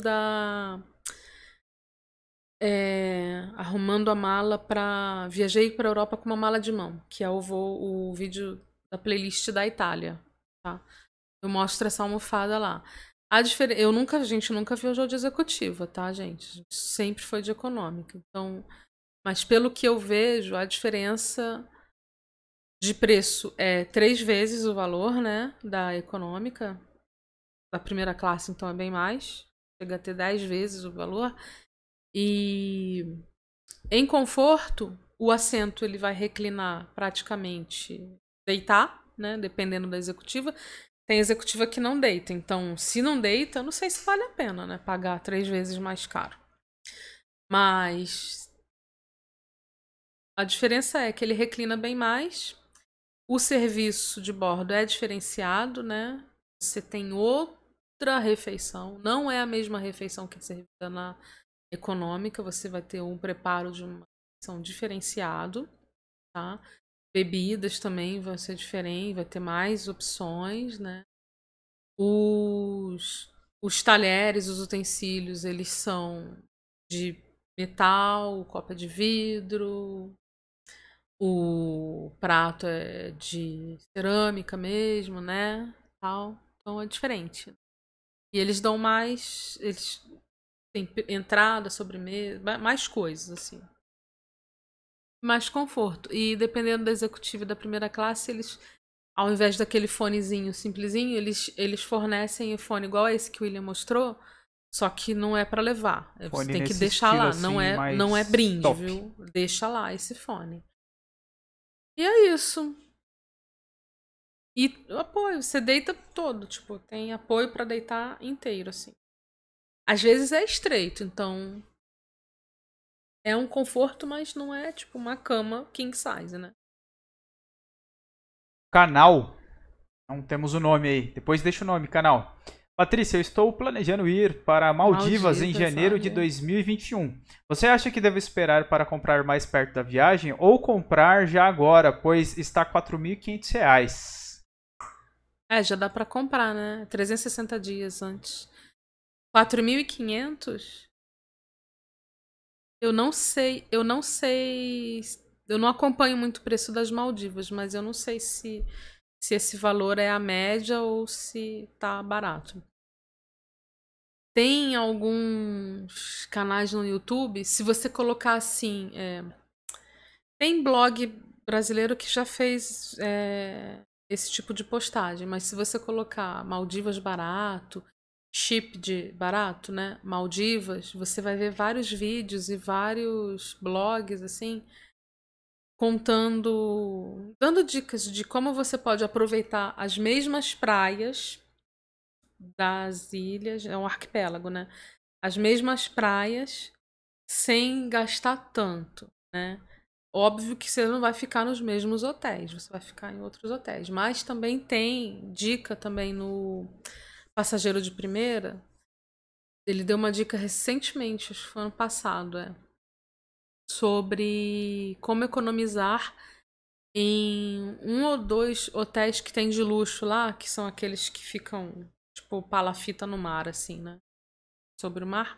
arrumando a mala para viajei para Europa com uma mala de mão, que é o vídeo da playlist da Itália, tá? Eu mostro essa almofada lá. A a gente nunca viajou de executiva, tá, gente? A gente sempre foi de econômica. Então, mas pelo que eu vejo, a diferença de preço é 3 vezes o valor, né, da econômica. Da primeira classe, então, é bem mais. Chega a ter 10 vezes o valor. E em conforto, o assento ele vai reclinar praticamente deitar, né, dependendo da executiva. Tem executiva que não deita, então se não deita, eu não sei se vale a pena, né, pagar 3 vezes mais caro. Mas a diferença é que ele reclina bem mais. O serviço de bordo é diferenciado, né? Você tem outra refeição, não é a mesma refeição que é servida na econômica, você vai ter um preparo de uma refeição diferenciado, tá? Bebidas também vão ser diferentes, vai ter mais opções, né? Os talheres, os utensílios, eles são de metal, copa de vidro, o prato é de cerâmica mesmo, né? Tal. Então é diferente. E eles dão mais. Eles têm entrada, sobremesa, mais coisas, assim. Mais conforto. E dependendo da executiva e da primeira classe, eles, ao invés daquele fonezinho simplesinho, eles fornecem o fone igual a esse que o William mostrou, só que não é para levar. Você Fone tem que nesse deixar estilo lá. assim, Não é mais brinde, top. viu? Deixa lá esse fone. E é isso. E apoio, você deita todo, tipo, tem apoio pra deitar inteiro, assim. Às vezes é estreito, então é um conforto, mas não é tipo uma cama king size, né? Canal. Não temos o nome aí. Depois deixa o nome, canal. Patrícia, eu estou planejando ir para Maldivas em janeiro de 2021. Você acha que devo esperar para comprar mais perto da viagem ou comprar já agora, pois está R$ 4.500? Já dá pra comprar, né? 360 dias antes. 4.500? Eu não sei, eu não acompanho muito o preço das Maldivas, mas eu não sei se esse valor é a média ou se tá barato. Tem alguns canais no YouTube, se você colocar assim. Tem blog brasileiro que já fez esse tipo de postagem, mas se você colocar Maldivas barato, chip de barato, né? Maldivas, você vai ver vários vídeos e vários blogs assim dando dicas de como você pode aproveitar as mesmas praias das ilhas, é um arquipélago, né? As mesmas praias sem gastar tanto, né? Óbvio que você não vai ficar nos mesmos hotéis, você vai ficar em outros hotéis, mas também tem dica também no Passageiro de Primeira. Ele deu uma dica recentemente, acho que foi ano passado, sobre como economizar em um ou dois hotéis que tem de luxo lá, que são aqueles que ficam tipo palafita no mar, assim, né? Sobre o mar.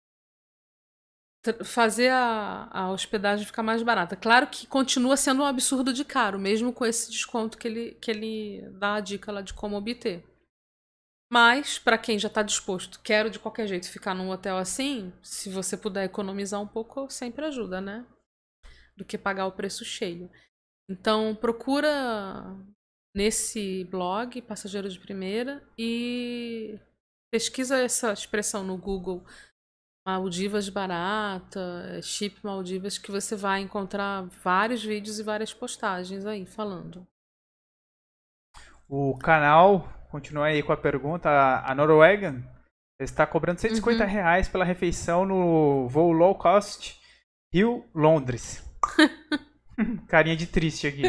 Fazer a hospedagem ficar mais barata. Claro que continua sendo um absurdo de caro, mesmo com esse desconto que ele dá a dica lá de como obter. Mas, para quem já está disposto, quero de qualquer jeito ficar num hotel assim, se você puder economizar um pouco, sempre ajuda, né? Do que pagar o preço cheio. Então, procura nesse blog, Passageiro de Primeira, e pesquisa essa expressão no Google, Maldivas barata, chip Maldivas, que você vai encontrar vários vídeos e várias postagens aí falando. O canal continua aí com a pergunta. A Norwegian está cobrando R$ 150 pela refeição no voo low cost Rio-Londres. Carinha de triste aqui.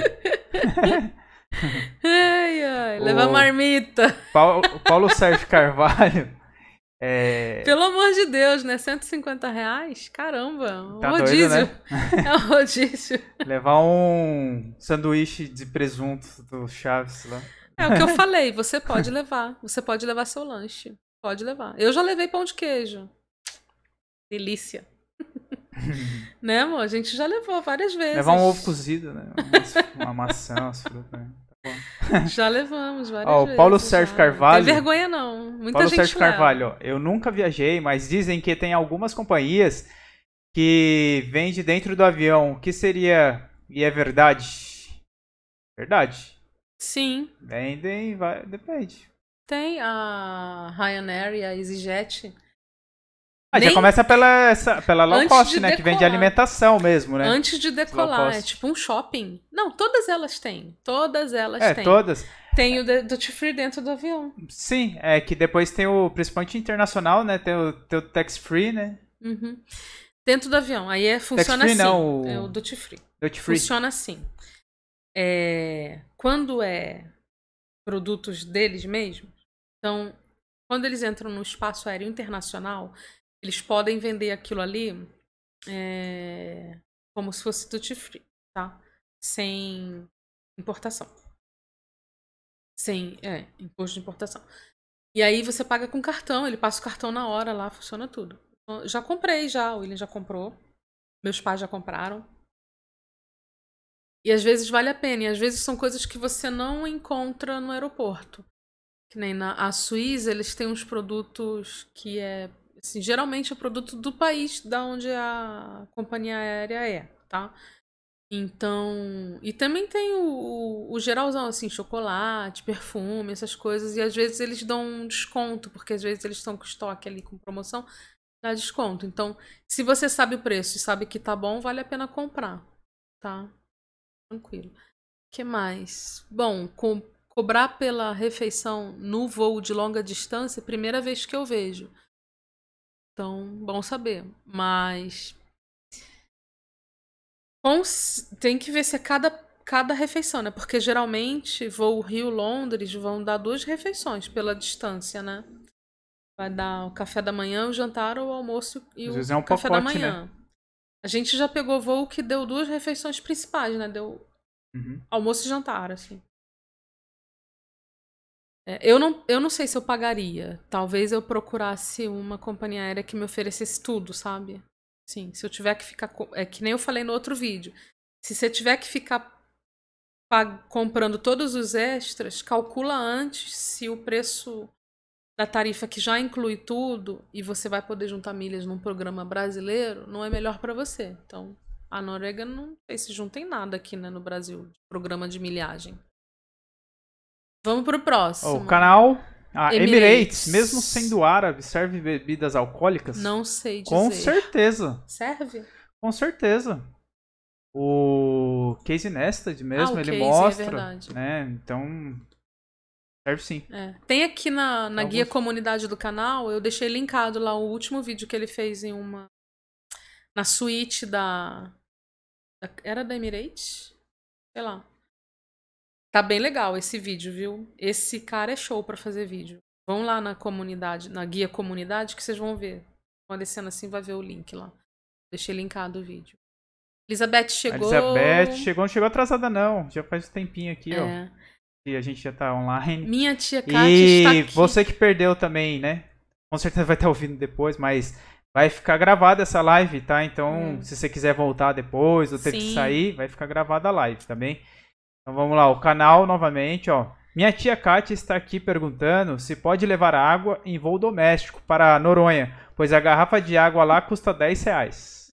Ai, leva marmita. Paulo Sérgio Carvalho. Pelo amor de Deus, né? R$ 150? Caramba, Tá rodízio. Doido, né? É um rodízio. Levar um sanduíche de presunto do Chaves lá. É o que eu falei, você pode levar. Você pode levar seu lanche. Pode levar. Eu já levei pão de queijo. Delícia. Né, amor? A gente já levou várias vezes. Levar um ovo cozido, né? Uma maçã, umas frutas, né? Já levamos várias vezes. O Paulo Sérgio Carvalho. Não tem vergonha, não. Muita Paulo gente Sérgio leva. Carvalho, ó, eu nunca viajei, mas dizem que tem algumas companhias que vendem dentro do avião. O que seria. E é verdade? Verdade. Sim. Vendem, depende. Tem a Ryanair e a EasyJet. Já começa pela low cost, né? Que vende alimentação mesmo, né? Antes de decolar, é tipo um shopping. Não, todas elas têm. Todas elas têm. Todas. Tem o duty free dentro do avião. Sim, é que depois tem o principalmente internacional, né? Tem o tax free, né? Uhum. Dentro do avião. Aí funciona assim. Não, é o duty free. Duty free. Funciona assim. Quando é produtos deles mesmos, então, quando eles entram no espaço aéreo internacional, eles podem vender aquilo ali como se fosse duty free, tá? Sem importação. Sem imposto de importação. E aí você paga com cartão, ele passa o cartão na hora lá, funciona tudo. Já comprei já, o William já comprou, meus pais já compraram. E às vezes vale a pena, e às vezes são coisas que você não encontra no aeroporto. Que nem a Suíça, eles têm uns produtos que assim, geralmente é produto do país da onde a companhia aérea é, tá? Então, e também tem o geralzão, assim, chocolate, perfume, essas coisas, e às vezes eles dão um desconto, porque às vezes eles estão com estoque ali com promoção, dá desconto. Então, se você sabe o preço e sabe que tá bom, vale a pena comprar, tá? Tranquilo. O que mais? Bom, cobrar pela refeição no voo de longa distância, é a primeira vez que eu vejo. Então, bom saber. Mas tem que ver se é cada refeição, né? Porque geralmente voo Rio-Londres vão dar 2 refeições pela distância, né? Vai dar o café da manhã, o jantar, o almoço e o café da manhã. Né? A gente já pegou voo que deu 2 refeições principais, né? Deu almoço e jantar, assim. Eu não sei se eu pagaria. Talvez eu procurasse uma companhia aérea que me oferecesse tudo, sabe? Sim, se eu tiver que ficar... É que nem eu falei no outro vídeo. Se você tiver que ficar comprando todos os extras, calcula antes se o preço da tarifa que já inclui tudo e você vai poder juntar milhas num programa brasileiro, não é melhor para você. Então, a Noruega não sei se junta em nada aqui, né, no Brasil, de programa de milhagem. Vamos pro próximo. O canal Emirates, mesmo sendo árabe, serve bebidas alcoólicas? Não sei dizer. Com certeza. Serve? Com certeza. O Casey Neistat mesmo, ele mostra. É verdade. Né? Então, serve sim. Tem aqui na guia comunidade do canal, eu deixei linkado lá o último vídeo que ele fez na suíte era da Emirates? Sei lá. Tá bem legal esse vídeo, viu? Esse cara é show pra fazer vídeo. Vão lá na comunidade, na guia comunidade, que vocês vão ver. Vão descendo assim, vai ver o link lá. Deixei linkado o vídeo. Elizabeth chegou. Não chegou atrasada não. Já faz um tempinho aqui, ó. E a gente já tá online. Minha tia Kátia está aqui. E você que perdeu também, né? Com certeza vai estar ouvindo depois, mas vai ficar gravada essa live, tá? Então, se você quiser voltar depois ou ter que sair, vai ficar gravada a live, tá bem? Então vamos lá, o canal novamente, ó. Minha tia Kátia está aqui perguntando se pode levar água em voo doméstico para Noronha, pois a garrafa de água lá custa R$ 10.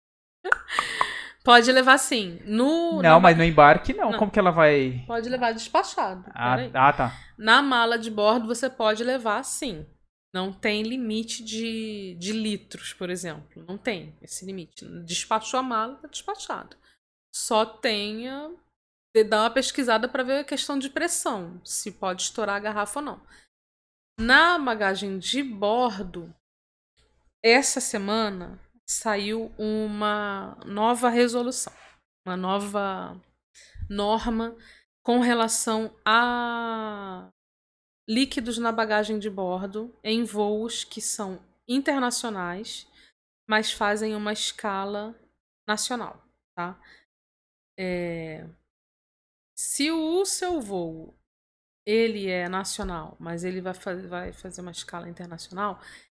Pode levar sim. Não, mas no embarque não. Como que ela vai... Pode levar despachado. Tá. Na mala de bordo você pode levar sim. Não tem limite de litros, por exemplo. Não tem esse limite. Despachou a mala, tá despachado. Só tenha... Dá uma pesquisada para ver a questão de pressão. Se pode estourar a garrafa ou não. Na bagagem de bordo, essa semana saiu uma nova resolução. Uma nova norma com relação a líquidos na bagagem de bordo em voos que são internacionais, mas fazem uma escala nacional, tá? Se o seu voo ele é nacional, mas ele vai fazer uma escala internacional,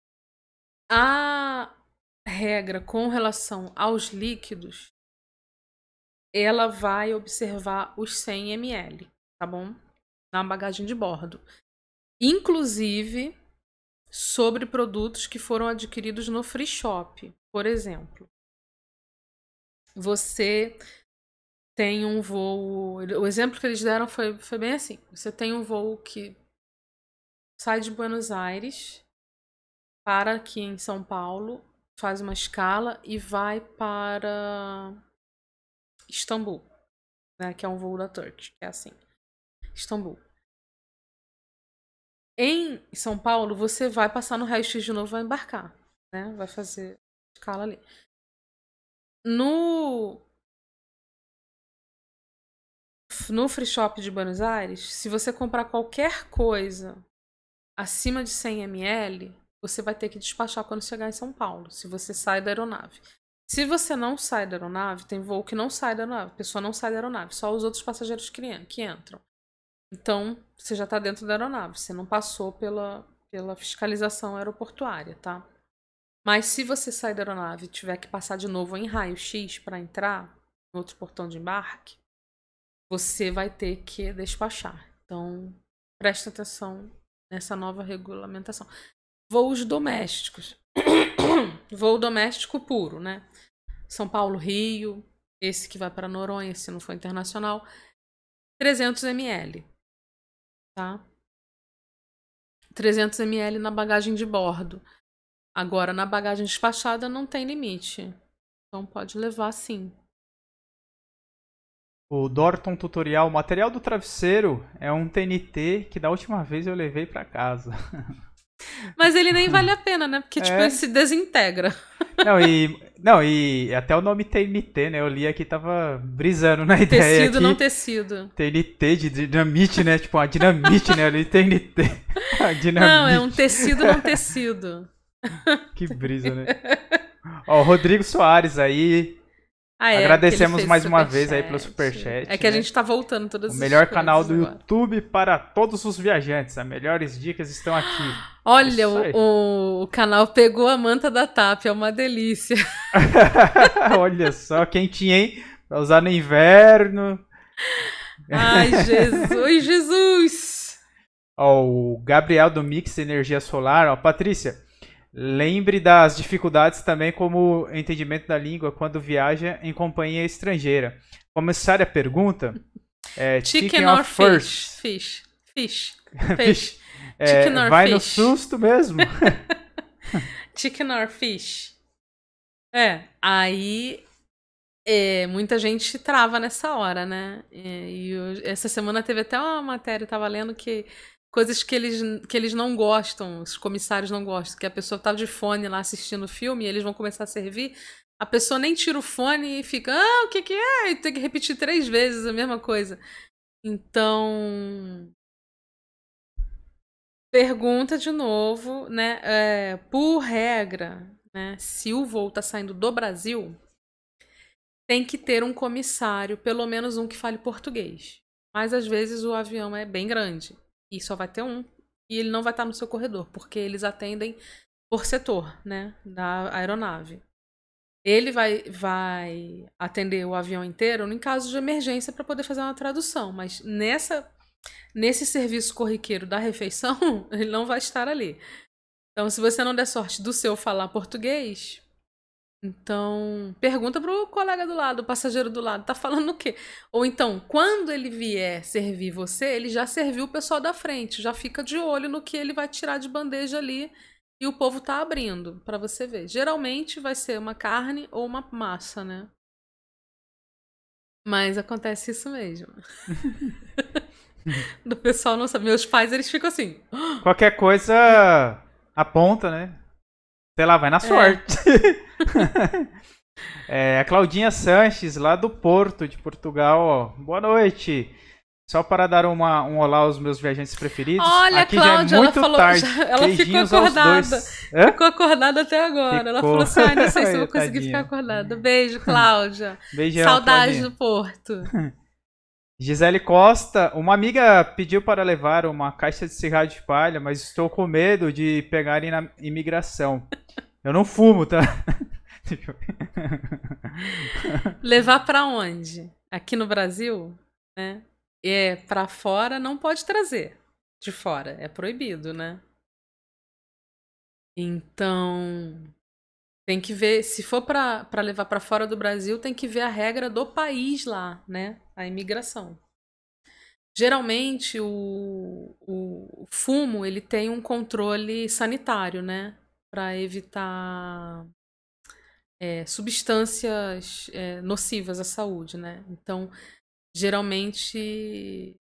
a regra com relação aos líquidos, ela vai observar os 100 ml, tá bom? Na bagagem de bordo. Inclusive sobre produtos que foram adquiridos no free shop. Por exemplo, você tem um voo... O exemplo que eles deram foi bem assim. Você tem um voo que sai de Buenos Aires para aqui em São Paulo, faz uma escala e vai para Istambul, né, que é um voo da Turkish, que é assim. Istambul. Em São Paulo, você vai passar no raio-x de novo e vai embarcar, né? Vai fazer escala ali. No free shop de Buenos Aires, se você comprar qualquer coisa acima de 100 ml, você vai ter que despachar quando chegar em São Paulo, se você sai da aeronave. Se você não sai da aeronave, tem voo que não sai da aeronave, a pessoa não sai da aeronave, só os outros passageiros que entram. Então, você já está dentro da aeronave, você não passou pela fiscalização aeroportuária, tá? Mas se você sair da aeronave e tiver que passar de novo em raio-x para entrar no outro portão de embarque, você vai ter que despachar. Então, preste atenção nessa nova regulamentação. Voos domésticos. Voo doméstico puro, né? São Paulo, Rio, esse que vai para Noronha, se não for internacional, 300 ml, tá? 300 ml na bagagem de bordo. Agora, na bagagem despachada não tem limite. Então pode levar sim. O Dorton Tutorial, o material do travesseiro é um TNT que da última vez eu levei para casa. Mas ele nem vale a pena, né? Porque tipo, ele se desintegra. Não, e até o nome TNT, né? Eu li aqui, tava brisando na ideia. Tecido, aqui, não tecido. TNT de dinamite, né? Tipo, uma dinamite, né? Ali, TNT. Dinamite. Não, é um tecido, não tecido. Que brisa, né? Ó, o Rodrigo Soares aí. Agradecemos mais uma vez aí pelo superchat. É que a gente tá voltando todas as O melhor canal do agora. YouTube para todos os viajantes. As melhores dicas estão aqui. Olha, o canal pegou a manta da TAP, é uma delícia. Olha só, quentinha, hein? Pra usar no inverno. Ai, Jesus, Jesus! Ó, o Gabriel do Mix Energia Solar. Ó, Patrícia, lembre das dificuldades também como entendimento da língua quando viaja em companhia estrangeira. Como a pergunta, chicken or first? Fish. Chicken or vai fish? no susto mesmo. Chicken or fish? Aí muita gente trava nessa hora, né? Essa semana teve até uma matéria, eu tava lendo que coisas que eles não gostam, os comissários não gostam, que a pessoa tá de fone lá assistindo o filme e eles vão começar a servir, a pessoa nem tira o fone e fica, o que é? E tem que repetir 3 vezes a mesma coisa. Então, pergunta de novo, né? Por regra, né? Se o voo tá saindo do Brasil, tem que ter um comissário, pelo menos um que fale português. Mas às vezes o avião é bem grande. E só vai ter um. E ele não vai estar no seu corredor, porque eles atendem por setor, né, da aeronave. Ele vai atender o avião inteiro em caso de emergência para poder fazer uma tradução. Mas nesse serviço corriqueiro da refeição, ele não vai estar ali. Então, se você não der sorte do seu falar português, então pergunta pro colega do lado, o passageiro do lado, tá falando o quê? Ou então, quando ele vier servir você, ele já serviu o pessoal da frente, já fica de olho no que ele vai tirar de bandeja ali e o povo tá abrindo pra você ver. Geralmente vai ser uma carne ou uma massa, né? Mas acontece isso mesmo. Do pessoal não sabe. Meus pais, eles ficam assim. Qualquer coisa aponta, né? Sei lá, vai na sorte. A Claudinha Sanches, lá do Porto, de Portugal, ó. Boa noite. Só para dar um olá aos meus viajantes preferidos. Olha, aqui a Cláudia, já é muito ela falou, tarde. ela ficou acordada. Ficou acordada até agora. Ficou. Ela falou assim: ai, não sei se eu vou conseguir Tadinha. ficar acordada. Beijo, Cláudia. Beijão, Saudade Claudinha. do Porto. Gisele Costa, uma amiga pediu para levar uma caixa de cigarro de palha, mas estou com medo de pegarem na imigração. Eu não fumo, tá? Levar pra onde? Aqui no Brasil, né? Pra fora não pode trazer. De fora, é proibido, né? Então, tem que ver, se for pra levar pra fora do Brasil, tem que ver a regra do país lá, né? A imigração. Geralmente, o fumo, ele tem um controle sanitário, né? Pra evitar substâncias nocivas à saúde, né? Então, geralmente,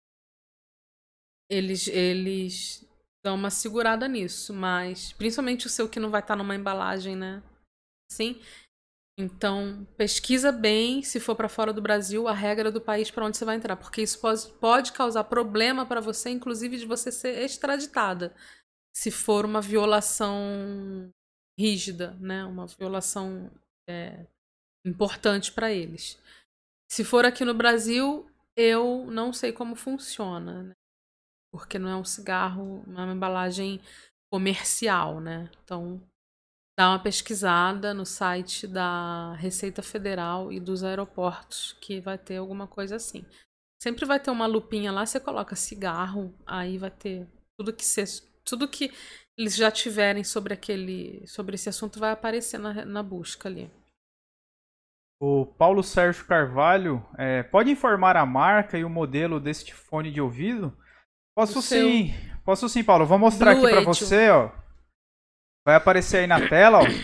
eles dão uma segurada nisso, mas principalmente o seu que não vai estar numa embalagem, né? Sim. Então, pesquisa bem, se for para fora do Brasil, a regra do país para onde você vai entrar, porque isso pode causar problema para você, inclusive de você ser extraditada, se for uma violação rígida, né? Uma violação importante para eles. Se for aqui no Brasil, eu não sei como funciona, né? Porque não é um cigarro, não é uma embalagem comercial, né? Então, dá uma pesquisada no site da Receita Federal e dos aeroportos, que vai ter alguma coisa assim. Sempre vai ter uma lupinha lá, você coloca cigarro, aí vai ter tudo que eles já tiverem sobre esse assunto vai aparecer na busca ali. O Paulo Sérgio Carvalho, pode informar a marca e o modelo deste fone de ouvido? Posso sim, Paulo. Vou mostrar Blue aqui para Angel. você, ó. Vai aparecer aí na tela, ó.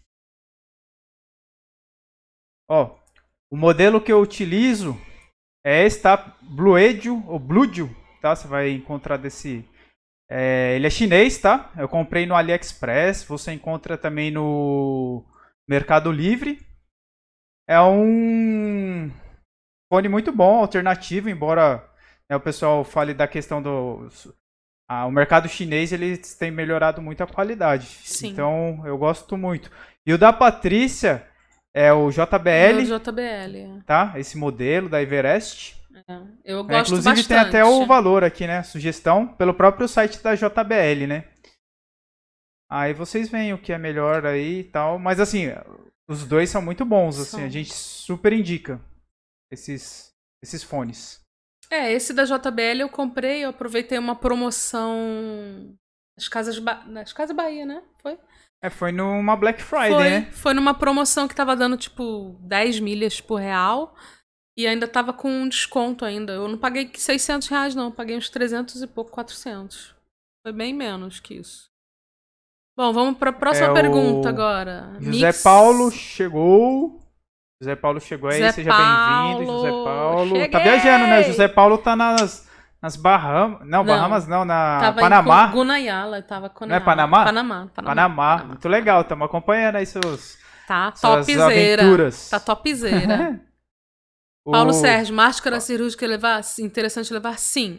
Ó, o modelo que eu utilizo é esse, tá? Blue Angel, ou Bluedio, tá? Você vai encontrar desse... ele é chinês, tá? Eu comprei no AliExpress, você encontra também no Mercado Livre. É um fone muito bom, alternativo, embora o pessoal fale da questão do... o mercado chinês, eles têm melhorado muito a qualidade. Sim. Então, eu gosto muito. E o da Patrícia é o JBL. O JBL. Tá? Esse modelo da Everest. Eu gosto inclusive, bastante. tem até o valor aqui, né? Sugestão pelo próprio site da JBL, né? Aí vocês veem o que é melhor aí e tal. Mas, assim, os dois são muito bons. Assim, a gente super indica esses fones. Esse da JBL eu comprei, eu aproveitei uma promoção nas Casas Bahia, né? Foi? Foi numa Black Friday, né? Foi numa promoção que tava dando, tipo, 10 milhas por real. E ainda tava com um desconto ainda. Eu não paguei R$600, não. Eu paguei uns 300 e pouco, 400. Foi bem menos que isso. Bom, vamos pra próxima pergunta agora. José Paulo chegou. José Paulo chegou aí, seja bem-vindo, José Paulo. Cheguei! Tá viajando, né? José Paulo tá nas Bahamas. Não, Bahamas não, tava Panamá. Em Gunayala, tava com Não é Panamá? Panamá. Muito legal, estamos acompanhando aí suas topzera. aventuras. Tá topzera. Paulo Sérgio, máscara cirúrgica interessante levar? Sim.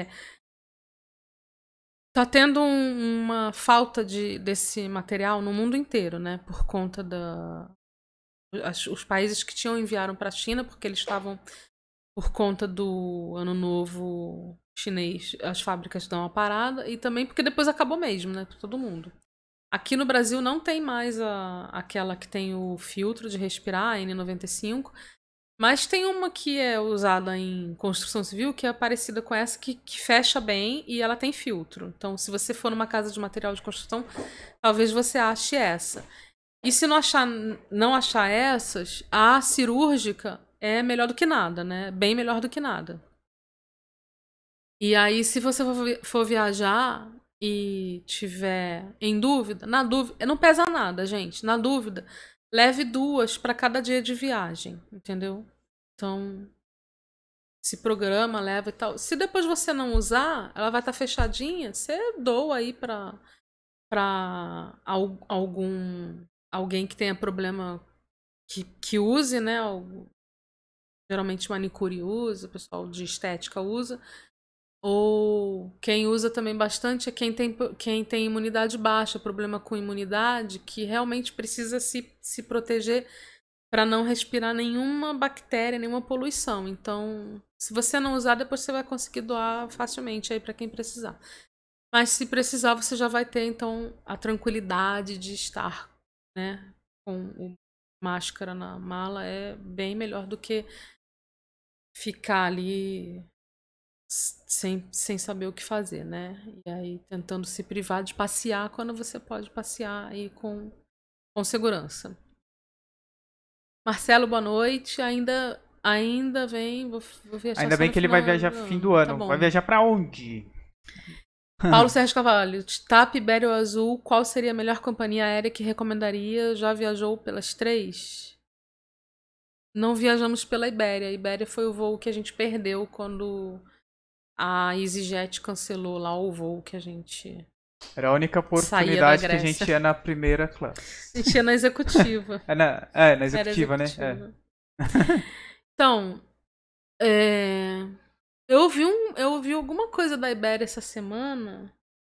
Tá tendo uma falta desse material no mundo inteiro, né? Por conta os países que enviaram para a China, porque eles estavam, por conta do Ano Novo chinês, as fábricas dão uma parada, e também porque depois acabou mesmo, né? Pra todo mundo. Aqui no Brasil não tem mais aquela que tem o filtro de respirar, a N95. Mas tem uma que é usada em construção civil que é parecida com essa, que fecha bem e ela tem filtro. Então, se você for numa casa de material de construção, talvez você ache essa. E se não achar essas, a cirúrgica é melhor do que nada, né? Bem melhor do que nada. E aí, se você for viajar e tiver em dúvida, na dúvida, não pesa nada, gente. Na dúvida, leve 2 para cada dia de viagem, entendeu? Então, se programa, leva e tal. Se depois você não usar, ela vai estar fechadinha, você doa aí para alguém que tenha problema que use, né? Geralmente manicure usa, o pessoal de estética usa. Ou quem usa também bastante é quem tem imunidade baixa, problema com imunidade, que realmente precisa se proteger para não respirar nenhuma bactéria, nenhuma poluição. Então, se você não usar, depois você vai conseguir doar facilmente aí para quem precisar. Mas se precisar, você já vai ter então a tranquilidade de estar, né, com máscara na mala, é bem melhor do que ficar ali sem saber o que fazer, né? E aí tentando se privar de passear quando você pode passear aí com segurança. Marcelo, boa noite. Ainda vem, vou viajar. Ainda só bem no que ele vai final viajar do fim do Tá ano. bom. Vai viajar pra onde? Paulo Sérgio Carvalho, TAP, Iberia ou Azul, qual seria a melhor companhia aérea que recomendaria? Já viajou pelas 3? Não viajamos pela Iberia. A Iberia foi o voo que a gente perdeu quando a EasyJet cancelou lá o voo que a gente Era a única saía da oportunidade que a Grécia. gente ia na primeira classe. A gente ia na executiva. Na Era executiva, né? executiva. Então, eu ouvi alguma coisa da Iberia essa semana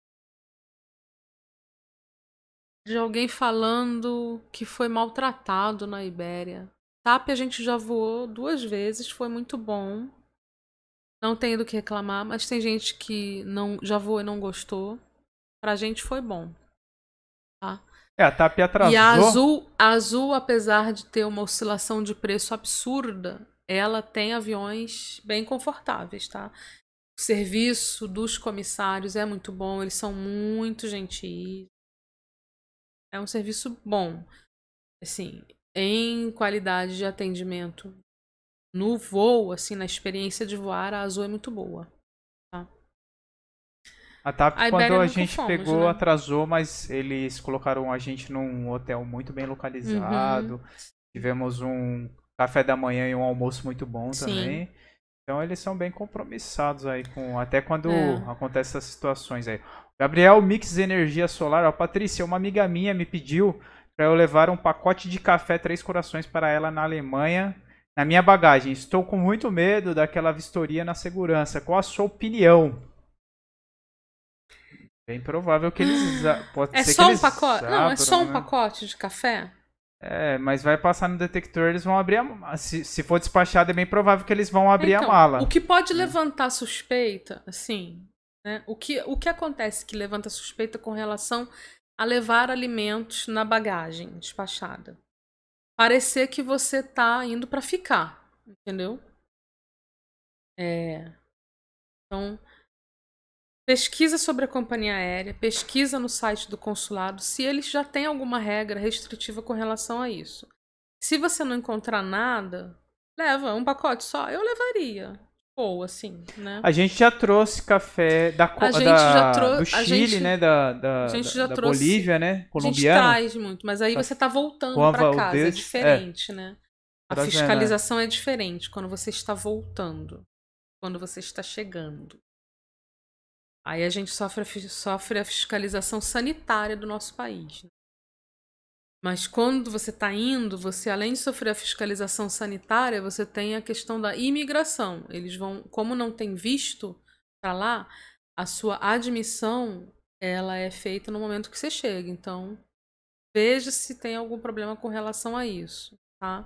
de alguém falando que foi maltratado na Ibéria. TAP a gente já voou 2 vezes, foi muito bom. Não tenho do que reclamar, mas tem gente que já voou e não gostou. Pra gente foi bom. Tá? A TAP atrasou. E a Azul, apesar de ter uma oscilação de preço absurda, ela tem aviões bem confortáveis, tá? O serviço dos comissários é muito bom, eles são muito gentis. É um serviço bom. Assim, em qualidade de atendimento no voo, assim, na experiência de voar, a Azul é muito boa. Tá? A TAP, A quando Iberia a nunca gente fomos, pegou, né? atrasou, mas eles colocaram a gente num hotel muito bem localizado. Tivemos um café da manhã e um almoço muito bom também. Então eles são bem compromissados aí com até quando acontecem essas situações aí. Gabriel Mix Energia Solar, ó, Patrícia, uma amiga minha me pediu para eu levar um pacote de café Três Corações para ela na Alemanha, na minha bagagem. Estou com muito medo daquela vistoria na segurança. Qual a sua opinião? Bem provável que eles pode É ser só que um eles pacote? Não, é só um né? pacote de café? Mas vai passar no detector, eles vão abrir se for despachado, é bem provável que eles vão abrir a mala. O que pode levantar suspeita, assim, né? O que acontece que levanta suspeita com relação a levar alimentos na bagagem despachada? Parecer que você tá indo para ficar, entendeu? Então, pesquisa sobre a companhia aérea, pesquisa no site do consulado se eles já têm alguma regra restritiva com relação a isso. Se você não encontrar nada, leva um pacote só. Eu levaria. Ou assim, né? A gente já trouxe café do Chile, né? Da Bolívia, né? Colombiano. A gente traz muito, mas aí você tá voltando para casa. É diferente, né? A fiscalização é diferente quando você está voltando, quando você está chegando. Aí a gente sofre a fiscalização sanitária do nosso país. Mas quando você está indo, você além de sofrer a fiscalização sanitária, você tem a questão da imigração. Eles vão, como não tem visto para lá, a sua admissão ela é feita no momento que você chega. Então, veja se tem algum problema com relação a isso, tá?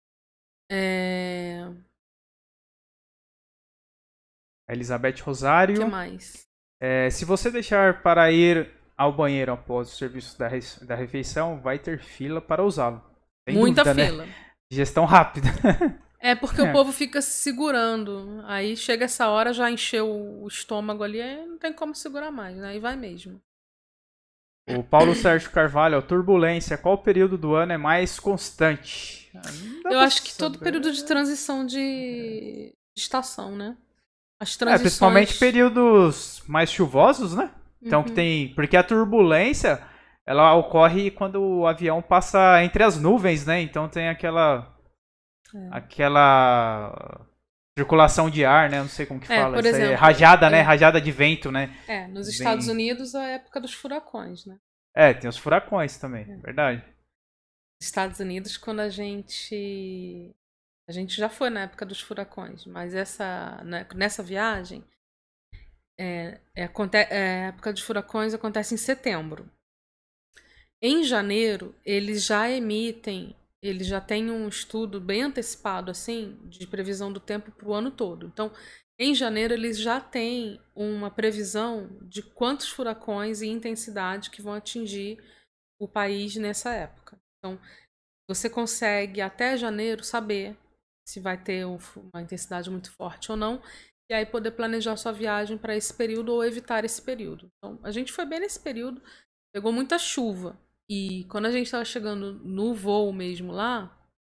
Elizabeth Rosário. O que mais? Se você deixar para ir ao banheiro após o serviço da refeição, vai ter fila para usá-lo. Muita fila. Né? Gestão rápida. É porque o povo fica se segurando. Aí chega essa hora, já encheu o estômago ali, aí não tem como segurar mais, né? Aí vai mesmo. O Paulo Sérgio Carvalho, ó, turbulência, qual período do ano é mais constante? Não dá Eu pra acho que todo saber. período de transição de estação, né? As Principalmente transições. períodos mais chuvosos, né? Então que Uhum. tem. Porque a turbulência ela ocorre quando o avião passa entre as nuvens, né? Então tem aquela circulação de ar, né? Não sei como que fala. Por Isso aí é exemplo, rajada, né? Rajada de vento, né? nos Estados Bem... Unidos é a época dos furacões, né? Tem os furacões também, verdade. Estados Unidos, quando a gente já foi na época dos furacões, mas nessa viagem, a época dos furacões acontece em setembro. Em janeiro, eles já têm um estudo bem antecipado, assim, de previsão do tempo para o ano todo. Então, em janeiro, eles já têm uma previsão de quantos furacões e intensidade que vão atingir o país nessa época. Então, você consegue, até janeiro, saber se vai ter uma intensidade muito forte ou não, e aí poder planejar sua viagem para esse período ou evitar esse período. Então, a gente foi bem nesse período, pegou muita chuva. E quando a gente estava chegando no voo mesmo lá,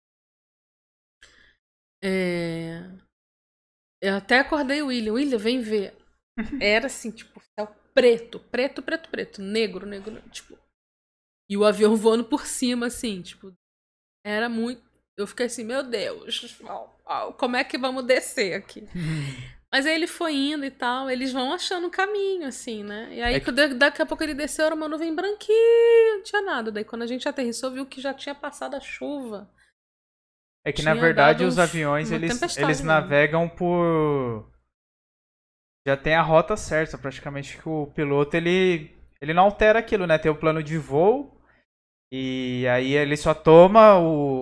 eu até acordei o William. William, vem ver. Era assim, tipo, céu preto, preto, preto, preto, negro, negro, tipo. E o avião voando por cima, assim, tipo. Era muito. Eu fiquei assim, meu Deus, como é que vamos descer aqui? Mas aí ele foi indo e tal, eles vão achando um caminho, assim, né? E aí, daqui a pouco ele desceu, era uma nuvem branquinha, não tinha nada. Daí quando a gente aterrissou, viu que já tinha passado a chuva. É que na Tinha verdade dado os aviões uma eles tempestade mesmo. navegam por. Já tem a rota certa, praticamente que o piloto ele não altera aquilo, né? Tem o plano de voo e aí ele só toma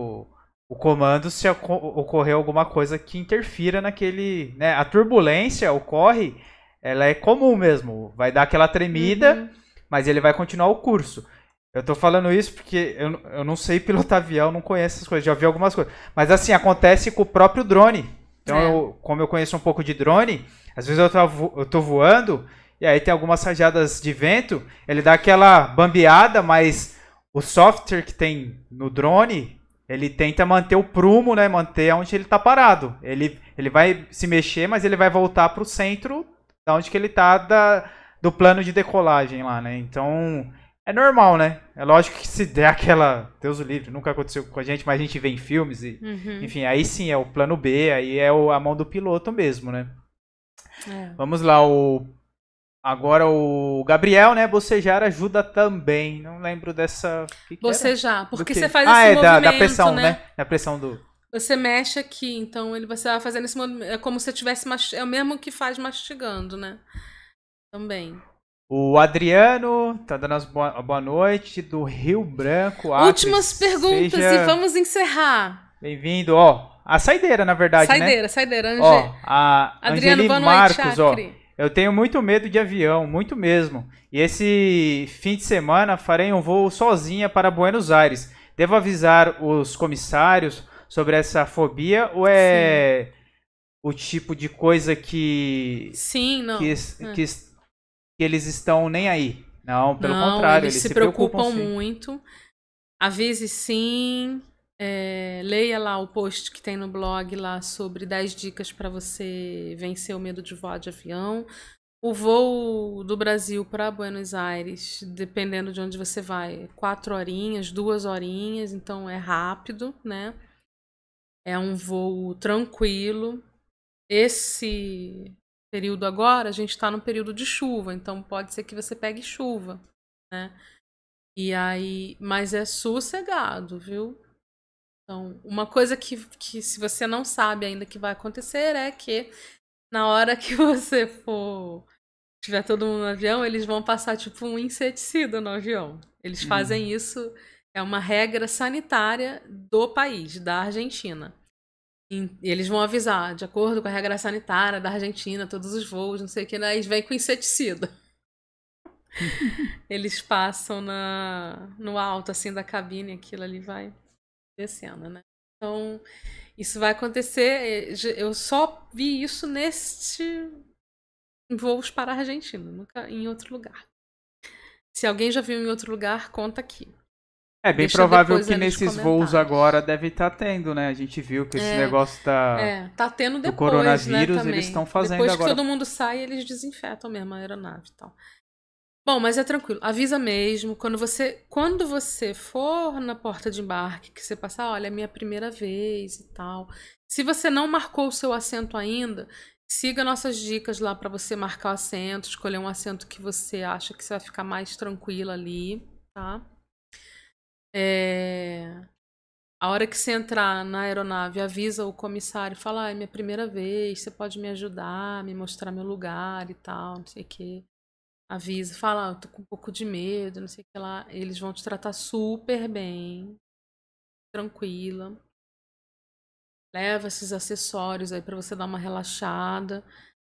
o comando se ocorrer alguma coisa que interfira naquele, né? A turbulência ocorre, ela é comum mesmo, vai dar aquela tremida, mas ele vai continuar o curso. Eu tô falando isso porque eu não sei pilotar avião, não conheço essas coisas, já vi algumas coisas. Mas assim, acontece com o próprio drone. Então, como eu conheço um pouco de drone, às vezes eu tô voando e aí tem algumas rajadas de vento, ele dá aquela bambeada, mas o software que tem no drone, ele tenta manter o prumo, né? Manter onde ele tá parado. Ele vai se mexer, mas ele vai voltar pro centro da onde que ele tá do plano de decolagem lá, né? Então, é normal, né? É lógico que se der aquela. Deus o livre, nunca aconteceu com a gente, mas a gente vê em filmes e. Enfim, aí sim é o plano B, aí é a mão do piloto mesmo, né? Vamos lá, agora o Gabriel, né? Bocejar ajuda também. Não lembro dessa. Que Bocejar, porque que? você faz esse movimento, da pressão, né? Da pressão do. Você mexe aqui, então você vai fazendo esse movimento. É como se você tivesse é o mesmo que faz mastigando, né? Também. O Adriano tá dando as boa noite do Rio Branco, Acre. Últimas perguntas e vamos encerrar. Bem-vindo, ó. A saideira, na verdade, né? Saideira, Ó, a Adriano, Angeli boa Marcos, noite, ó. Eu tenho muito medo de avião, muito mesmo. E esse fim de semana farei um voo sozinha para Buenos Aires. Devo avisar os comissários sobre essa fobia ou é o tipo de coisa que sim, não. que eles estão nem aí? Não, pelo contrário, eles se preocupam muito. Avise sim. Leia lá o post que tem no blog lá sobre 10 dicas para você vencer o medo de voar de avião. O voo do Brasil para Buenos Aires, dependendo de onde você vai, 4 horinhas, 2 horinhas, então é rápido, né? É um voo tranquilo. Esse período agora, a gente está no período de chuva, então pode ser que você pegue chuva, né? E aí, mas é sossegado, viu? Então, uma coisa que se você não sabe ainda que vai acontecer é que na hora que você tiver todo mundo no avião, eles vão passar tipo um inseticida no avião. Eles fazem isso, é uma regra sanitária do país, da Argentina. E eles vão avisar, de acordo com a regra sanitária da Argentina, todos os voos, não sei o que, né? Eles vêm com inseticida. Eles passam no alto, assim, da cabine, aquilo ali vai descendo, né? Então, isso vai acontecer. Eu só vi isso em voos para a Argentina, nunca em outro lugar. Se alguém já viu em outro lugar, conta aqui. É bem Deixa provável depois que aí nos nesses voos comentários. agora deve estar tendo, né? A gente viu que esse negócio Tá tendo do depois, coronavírus, né, também. eles estão fazendo Depois agora. que todo mundo sai, eles desinfetam mesmo a aeronave e tal. Bom, mas é tranquilo. Avisa mesmo. Quando você for na porta de embarque, que você passar, olha, é minha primeira vez e tal. Se você não marcou o seu assento ainda, siga nossas dicas lá para você marcar o assento, escolher um assento que você acha que você vai ficar mais tranquila ali, tá? A hora que você entrar na aeronave, avisa o comissário, fala, é minha primeira vez, você pode me ajudar, me mostrar meu lugar e tal, não sei o quê. Avisa, fala, eu tô com um pouco de medo, não sei o que lá. Eles vão te tratar super bem, tranquila. Leva esses acessórios aí pra você dar uma relaxada.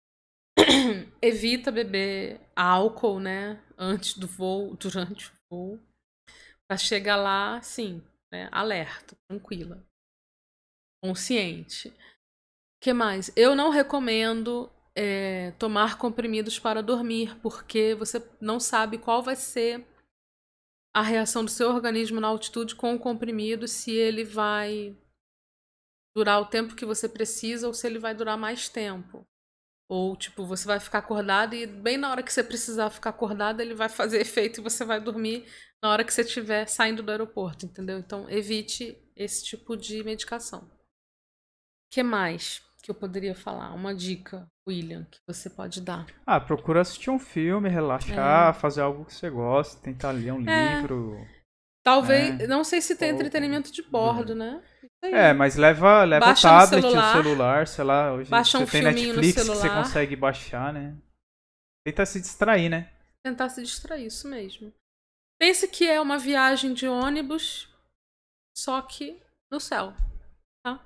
Evita beber álcool, né? Antes do voo, durante o voo. Pra chegar lá, sim, né? Alerta, tranquila. Consciente. O que mais? Eu não recomendo tomar comprimidos para dormir, porque você não sabe qual vai ser a reação do seu organismo na altitude com o comprimido, se ele vai durar o tempo que você precisa ou se ele vai durar mais tempo. Ou, tipo, você vai ficar acordado e bem na hora que você precisar ficar acordado, ele vai fazer efeito e você vai dormir na hora que você estiver saindo do aeroporto, entendeu? Então, evite esse tipo de medicação. O que mais que eu poderia falar? Uma dica, William, que você pode dar. Procura assistir um filme, relaxar, fazer algo que você gosta, tentar ler um livro. Talvez, né? não sei se tem entretenimento de bordo, né? Mas leva Baixa o no tablet, celular, o celular, sei lá. Hoje baixa você um tem filminho no Netflix que você celular. consegue baixar, né? Tenta se distrair, né? Tentar se distrair, isso mesmo. Pense que é uma viagem de ônibus, só que no céu, tá?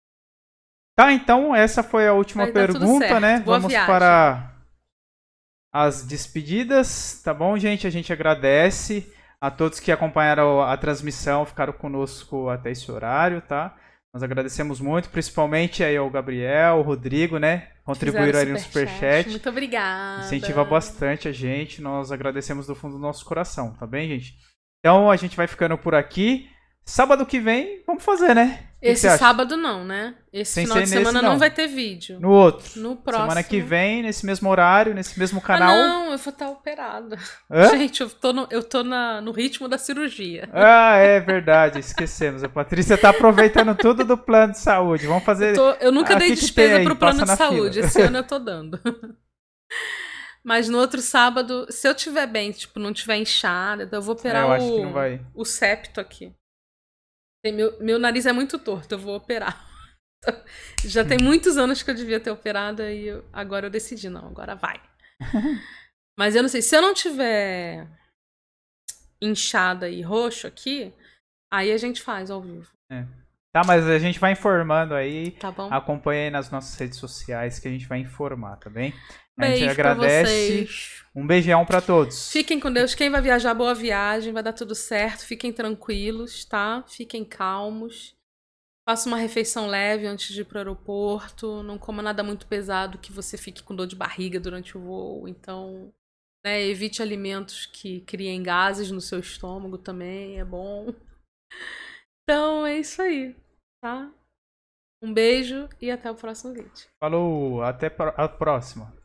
Tá, então essa foi a última Vai dar tudo pergunta, certo. né? Boa Vamos viagem. para as despedidas, tá bom, gente? A gente agradece a todos que acompanharam a transmissão, ficaram conosco até esse horário, tá? Nós agradecemos muito, principalmente aí ao Gabriel, ao Rodrigo, né? Contribuíram aí no Superchat. Muito obrigada. Incentiva bastante a gente, nós agradecemos do fundo do nosso coração, tá bem, gente? Então a gente vai ficando por aqui. Sábado que vem, vamos fazer, né? Esse sábado não, né? Esse final de semana não vai ter vídeo. No outro. No próximo. Semana que vem, nesse mesmo horário, nesse mesmo canal. Não, eu vou estar operada. Hã? Gente, eu tô no ritmo da cirurgia. É verdade, esquecemos. A Patrícia tá aproveitando tudo do plano de saúde. Vamos fazer. Eu nunca dei despesa pro plano de saúde. Fila. Esse ano eu tô dando. Mas no outro sábado, se eu tiver bem, tipo, não tiver inchada, eu vou operar o septo aqui. Meu nariz é muito torto, eu vou operar. Já tem muitos anos que eu devia ter operado e agora eu decidi, não, agora vai. Mas eu não sei, se eu não tiver inchada e roxo aqui, aí a gente faz ao vivo. Tá, mas a gente vai informando aí. Tá bom? Acompanha aí nas nossas redes sociais que a gente vai informar, tá bem? A Beijo gente agradece. Pra vocês. Um beijão pra todos. Fiquem com Deus. Quem vai viajar, boa viagem. Vai dar tudo certo. Fiquem tranquilos, tá? Fiquem calmos. Faça uma refeição leve antes de ir pro aeroporto. Não coma nada muito pesado que você fique com dor de barriga durante o voo. Então, né, evite alimentos que criem gases no seu estômago também. É bom. Então, é isso aí, tá? Um beijo e até o próximo vídeo. Falou, até a próxima.